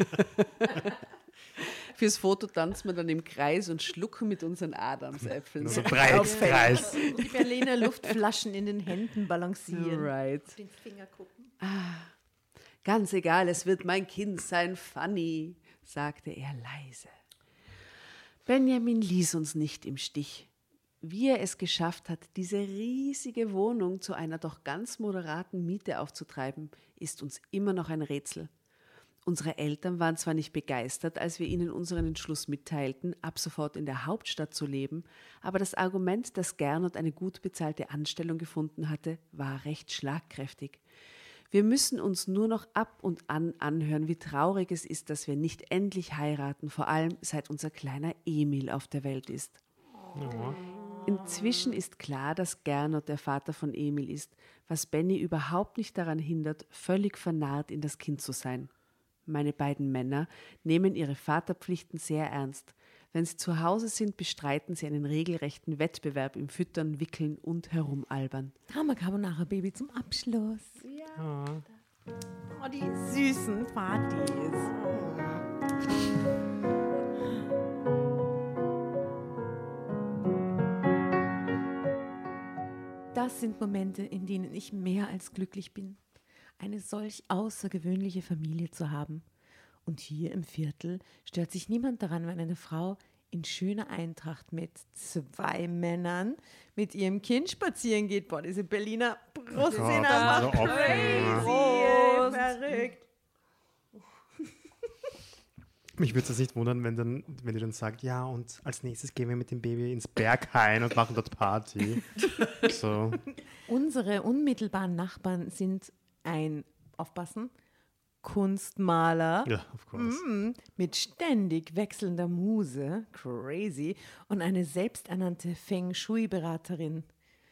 Fürs Foto tanzen wir dann im Kreis und schlucken mit unseren Adamsäpfeln. So Breitkreis. Die Berliner Luftflaschen in den Händen balancieren. Right. Den Finger gucken. Ganz egal, es wird mein Kind sein, Fanny, sagte er leise. Benjamin ließ uns nicht im Stich. Wie er es geschafft hat, diese riesige Wohnung zu einer doch ganz moderaten Miete aufzutreiben, ist uns immer noch ein Rätsel. Unsere Eltern waren zwar nicht begeistert, als wir ihnen unseren Entschluss mitteilten, ab sofort in der Hauptstadt zu leben, aber das Argument, dass Gernot eine gut bezahlte Anstellung gefunden hatte, war recht schlagkräftig. Wir müssen uns nur noch ab und an anhören, wie traurig es ist, dass wir nicht endlich heiraten, vor allem seit unser kleiner Emil auf der Welt ist. Ja. Inzwischen ist klar, dass Gernot der Vater von Emil ist, was Benny überhaupt nicht daran hindert, völlig vernarrt in das Kind zu sein. Meine beiden Männer nehmen ihre Vaterpflichten sehr ernst. Wenn sie zu Hause sind, bestreiten sie einen regelrechten Wettbewerb im Füttern, Wickeln und Herumalbern. Drama Carbonara Baby zum Abschluss. Ja. Oh, die süßen Partys. Das sind Momente, in denen ich mehr als glücklich bin, eine solch außergewöhnliche Familie zu haben. Und hier im Viertel stört sich niemand daran, wenn eine Frau in schöner Eintracht mit zwei Männern mit ihrem Kind spazieren geht. Boah, diese Berliner Brust sind Gott, einfach so offen, crazy, ja. verrückt. Mich würde es nicht wundern, wenn, dann, wenn die dann sagt, ja, und als nächstes gehen wir mit dem Baby ins Berghain und machen dort Party. So. Unsere unmittelbaren Nachbarn sind ein, aufpassen, Kunstmaler Ja, of course. mm, mit ständig wechselnder Muse, crazy, und eine selbsternannte Feng Shui-Beraterin,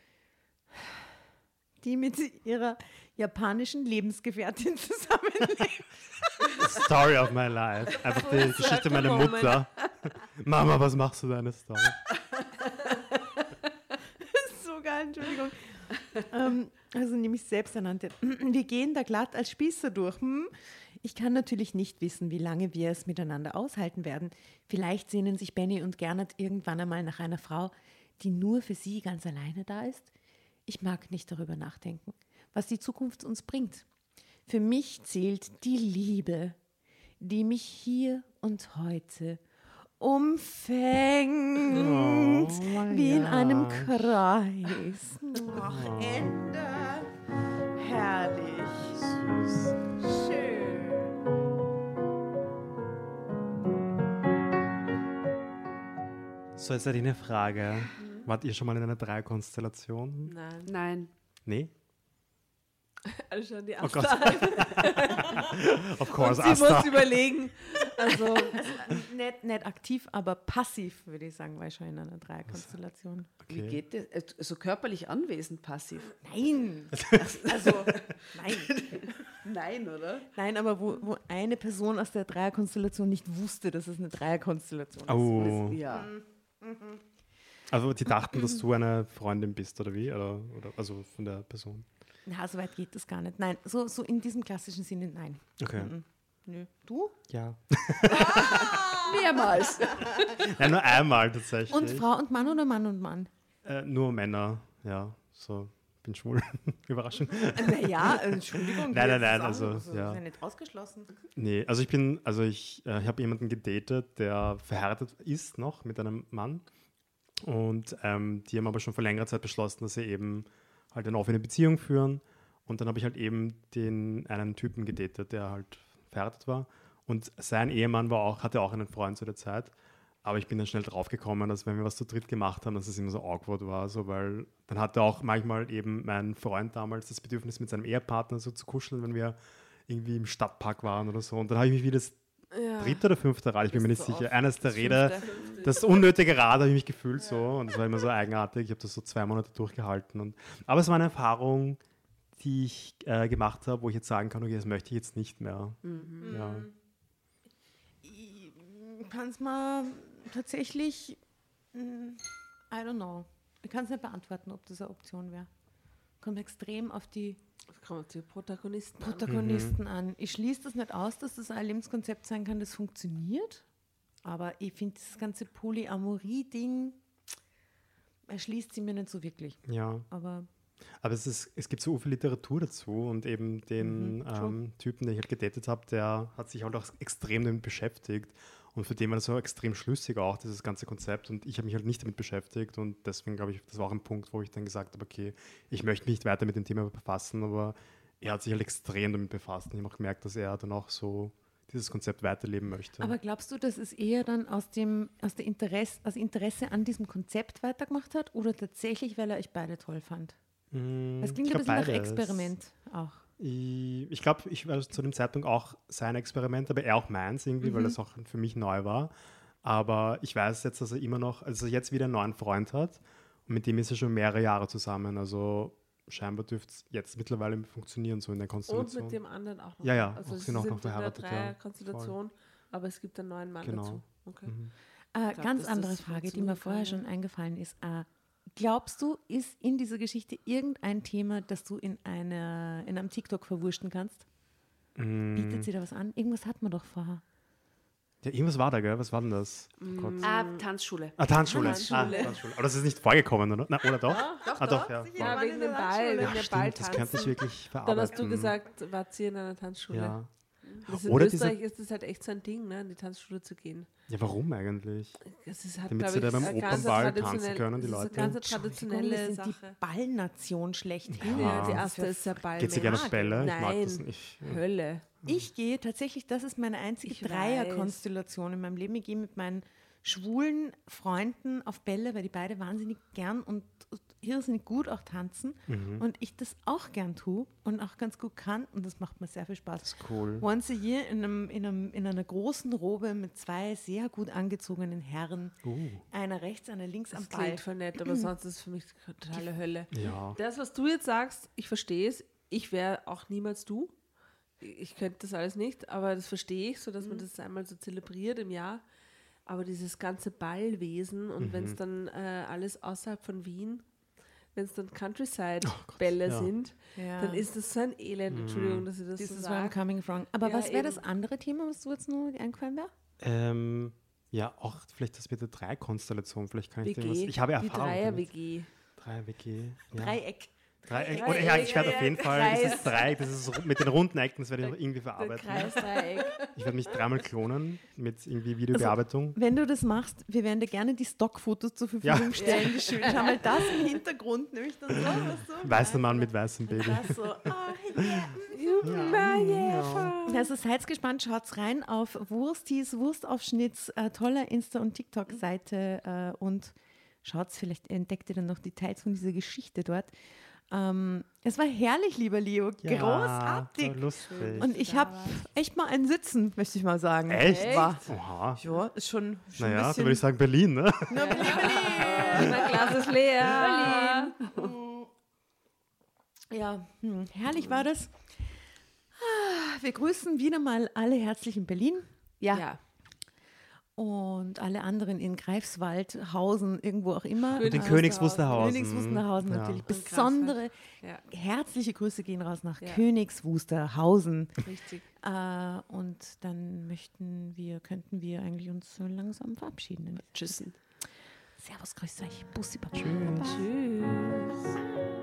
die mit ihrer japanischen Lebensgefährtin zusammenlebt. Story of my life. Einfach die Geschichte meiner Mutter. Mama, was machst du da eine Story? So geil, Entschuldigung. ähm, also nämlich selbsternannte. Wir gehen da glatt als Spießer durch. Hm? Ich kann natürlich nicht wissen, wie lange wir es miteinander aushalten werden. Vielleicht sehnen sich Benny und Gernot irgendwann einmal nach einer Frau, die nur für sie ganz alleine da ist. Ich mag nicht darüber nachdenken, was die Zukunft uns bringt. Für mich zählt die Liebe, die mich hier und heute umfängt, Oh, wie in ja. einem Kreis. Ach, Ende. Herrlich. Süß. Schön. So, jetzt hätte ich eine Frage. Wart ihr schon mal in einer Dreierkonstellation? Nein. Nein. Nee? Also schon die Oh Gott. Of Und course, sie muss Asta. überlegen. Also, Nicht, nicht aktiv, aber passiv, würde ich sagen, war ich schon in einer Dreierkonstellation. Wie Okay. geht das? Äh, So körperlich anwesend, passiv? Nein. Also, nein. Nein, oder? Nein, aber wo, wo eine Person aus der Dreierkonstellation nicht wusste, dass es eine Dreierkonstellation ist. Oh. Ja. Also die dachten, dass du eine Freundin bist, oder wie? Oder, oder also von der Person. Na, so weit geht das gar nicht. Nein, so, so in diesem klassischen Sinne, nein. Okay. Mhm. Nö. Du? Ja. Mehrmals. Ja, nur einmal tatsächlich. Und Frau und Mann oder Mann und Mann? Äh, nur Männer, ja. So, bin schwul. Überraschung. Naja, Entschuldigung. Nein, nein, das ist nein, auch- also, das ist ja. ja nicht ausgeschlossen. Nee, also ich bin, also ich, äh, ich habe jemanden gedatet, der verheiratet ist noch mit einem Mann. Und ähm, die haben aber schon vor längerer Zeit beschlossen, dass sie eben halt eine offene Beziehung führen. Und dann habe ich halt eben den einen Typen gedatet, der halt verheiratet war. Und sein Ehemann war auch, hatte auch einen Freund zu der Zeit. Aber ich bin dann schnell draufgekommen, dass wenn wir was zu dritt gemacht haben, dass es immer so awkward war. So, weil dann hatte auch manchmal eben mein Freund damals das Bedürfnis, mit seinem Ehepartner so zu kuscheln, wenn wir irgendwie im Stadtpark waren oder so. Und dann habe ich mich wie das ja. dritte oder fünfte Rad, ich bin mir nicht Das ist so sicher, oft eines der das Rede, fünfte. das unnötige Rad habe ich mich gefühlt so und das war immer so eigenartig. Ich habe das so zwei Monate durchgehalten. Und, aber es war eine Erfahrung, die ich äh, gemacht habe, wo ich jetzt sagen kann, okay, das möchte ich jetzt nicht mehr. Mhm. Ja. Ich kann es mal tatsächlich, mm, I don't know. Ich kann es nicht beantworten, ob das eine Option wäre. kommt extrem auf die Das kommt auf die Protagonisten an. Protagonisten an. Ich schließe das nicht aus, dass das ein Lebenskonzept sein kann, das funktioniert. Aber ich finde, das ganze Polyamorie-Ding erschließt sie mir nicht so wirklich. Ja. Aber Aber es, ist, es gibt so viel Literatur dazu und eben den Mhm, ähm, Typen, den ich halt gedatet habe, der hat sich halt auch extrem damit beschäftigt und für den war das so extrem schlüssig auch, dieses ganze Konzept und ich habe mich halt nicht damit beschäftigt und deswegen glaube ich, das war auch ein Punkt, wo ich dann gesagt habe, okay, ich möchte mich nicht weiter mit dem Thema befassen, aber er hat sich halt extrem damit befasst und ich habe auch gemerkt, dass er dann auch so dieses Konzept weiterleben möchte. Aber glaubst du, dass es eher dann aus dem aus der Interesse, aus Interesse an diesem Konzept weitergemacht hat oder tatsächlich, weil er euch beide toll fand? Mm, Es klingt ich ein glaub, bisschen nach beides. Experiment auch. Ich, ich glaube, ich war zu dem Zeitpunkt auch sein Experiment, aber er auch meins irgendwie, weil das auch für mich neu war. Aber ich weiß jetzt, dass er immer noch, also jetzt wieder einen neuen Freund hat und mit dem ist er schon mehrere Jahre zusammen. Also scheinbar dürfte es jetzt mittlerweile funktionieren, so in der Und Konstellation. mit dem anderen auch noch. Ja, ja, Also auch sie sind auch noch in der verheiratet, ja. Dreierkonstellation, aber es gibt einen neuen Mann Genau. dazu. Okay. Mhm. Äh, glaub, ganz dass andere das Frage, die mir funktionieren vorher kann, schon ja. eingefallen ist. Äh, glaubst du, ist in dieser Geschichte irgendein Thema, das du in, einer, in einem TikTok verwursten kannst? Mm. Bietet sie da was an? Irgendwas hat man doch vorher. Ja, irgendwas war da, gell? Was war denn das? Oh Gott. Ah, Tanzschule. Ah, Tanzschule. Tanzschule. Ah, Tanzschule. Aber das ist nicht vorgekommen, oder? Na, oder doch? Doch, ah, doch, ja. sicher. voll. Ja, waren wegen in dem der Ball, Tanzschule. wegen Ja, der stimmt, das könnte ich Balltanzen. wirklich Dann verarbeiten. hast du gesagt, wart ihr in einer Tanzschule. Ja. Das in Oder Österreich diese- ist es halt echt so ein Ding, ne, in die Tanzschule zu gehen. Ja, warum eigentlich? Es ist halt, Damit glaub sie ich, da beim eine ganz Opernball traditionell- tanzen können, die das ist Leute. eine ganz traditionelle wir sind Sache. die Ballnation schlechthin. Ja. Ja, die Was erste für ist der Ball. Geht sie gerne auf Bälle? Ich mag Nein, das nicht. Hölle. Ich gehe tatsächlich, das ist meine einzige Ich Dreierkonstellation in meinem Leben. Ich gehe mit meinen schwulen Freunden auf Bälle, weil die beide wahnsinnig gern und irrsinnig gut auch tanzen Mhm. und ich das auch gern tue und auch ganz gut kann und das macht mir sehr viel Spaß. Das ist cool. Once a year in, einem, in, einem, in einer großen Robe mit zwei sehr gut angezogenen Herren, Uh. einer rechts, einer links am Das Ball. klingt voll nett, aber sonst ist es für mich totale Hölle. Ja. Das, was du jetzt sagst, ich verstehe es. Ich wäre auch niemals du. Ich könnte das alles nicht, aber das verstehe ich, so dass man das einmal so zelebriert im Jahr. Aber dieses ganze Ballwesen und wenn es dann äh, alles außerhalb von Wien, wenn es dann Countryside-Bälle ja. sind, Ja. dann ist das so ein Elend. Entschuldigung, dass ich das This so is where I'm sage. coming from. Aber Ja, was wäre das eben. andere Thema, was du jetzt nur eingefallen wäre? Ähm, ja, auch vielleicht das mit der Drei-Konstellation. Vielleicht kann ich dir W G. was. Ich habe Die Erfahrung. damit. Dreier-W G. Drei-W G. Ja. Dreieck. Dreieck. Dreieck. Oder ja, ich werde auf jeden Ja, Fall, Kreis. das ist Dreieck, das ist so, mit den runden Ecken, das werde ich noch irgendwie Der verarbeiten. Kreisdreieck. Ich werde mich dreimal klonen mit irgendwie Videobearbeitung. Wenn du das machst, wir werden dir gerne die Stockfotos zur Verfügung Ja. stellen, wie schön. Schau mal das im Hintergrund, nämlich dann so, so. Weißer Mann mit weißem Baby. Das so. Oh, yeah. Also seid gespannt, schaut rein auf Wurstis, Wurstaufschnitts, äh, toller Insta- und TikTok-Seite äh, und schaut, vielleicht entdeckt ihr dann noch Details von dieser Geschichte dort. Ähm, es war herrlich, lieber Leo, Ja, großartig. so lustig. Und ich habe echt mal ein Sitzen, möchte ich mal sagen. Echt? War, Oha. ja, ist schon, schon Naja, ein da bisschen... würde ich sagen Berlin, ne? Na, Berlin, Mein Glas ist leer. Ja, hm, herrlich war das. Ah, Wir grüßen wieder mal alle herzlich in Berlin. Ja. Ja. Und alle anderen in Greifswald, Hausen, irgendwo auch immer. Und in Äh, Königs Wusterhausen. Königs Wusterhausen Ja. natürlich. Und Besondere, Ja, herzliche Grüße gehen raus nach Ja. Königs Wusterhausen. richtig. Äh, und dann möchten wir, könnten wir eigentlich uns so langsam verabschieden. Tschüss. Servus, grüß euch. Bussi, Baba. Tschüss. Tschüss.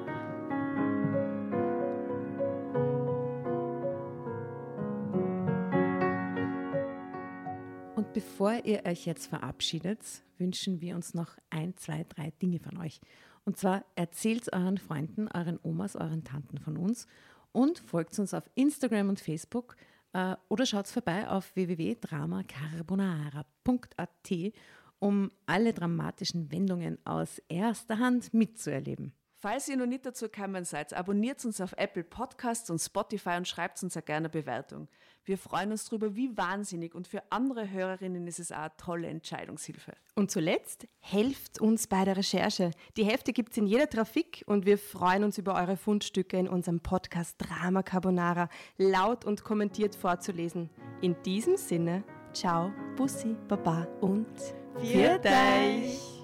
Und bevor ihr euch jetzt verabschiedet, wünschen wir uns noch ein, zwei, drei Dinge von euch. Und zwar erzählt euren Freunden, euren Omas, euren Tanten von uns und folgt uns auf Instagram und Facebook äh, oder schaut vorbei auf w w w punkt drama carbonara punkt a t, um alle dramatischen Wendungen aus erster Hand mitzuerleben. Falls ihr noch nicht dazu gekommen seid, abonniert uns auf Apple Podcasts und Spotify und schreibt uns eine gerne Bewertung. Wir freuen uns darüber wie wahnsinnig und für andere Hörerinnen ist es auch eine tolle Entscheidungshilfe. Und zuletzt, helft uns bei der Recherche. Die Hefte gibt es in jeder Trafik und wir freuen uns über eure Fundstücke in unserem Podcast Drama Carbonara laut und kommentiert vorzulesen. In diesem Sinne, ciao, Bussi, Baba und Viert euch!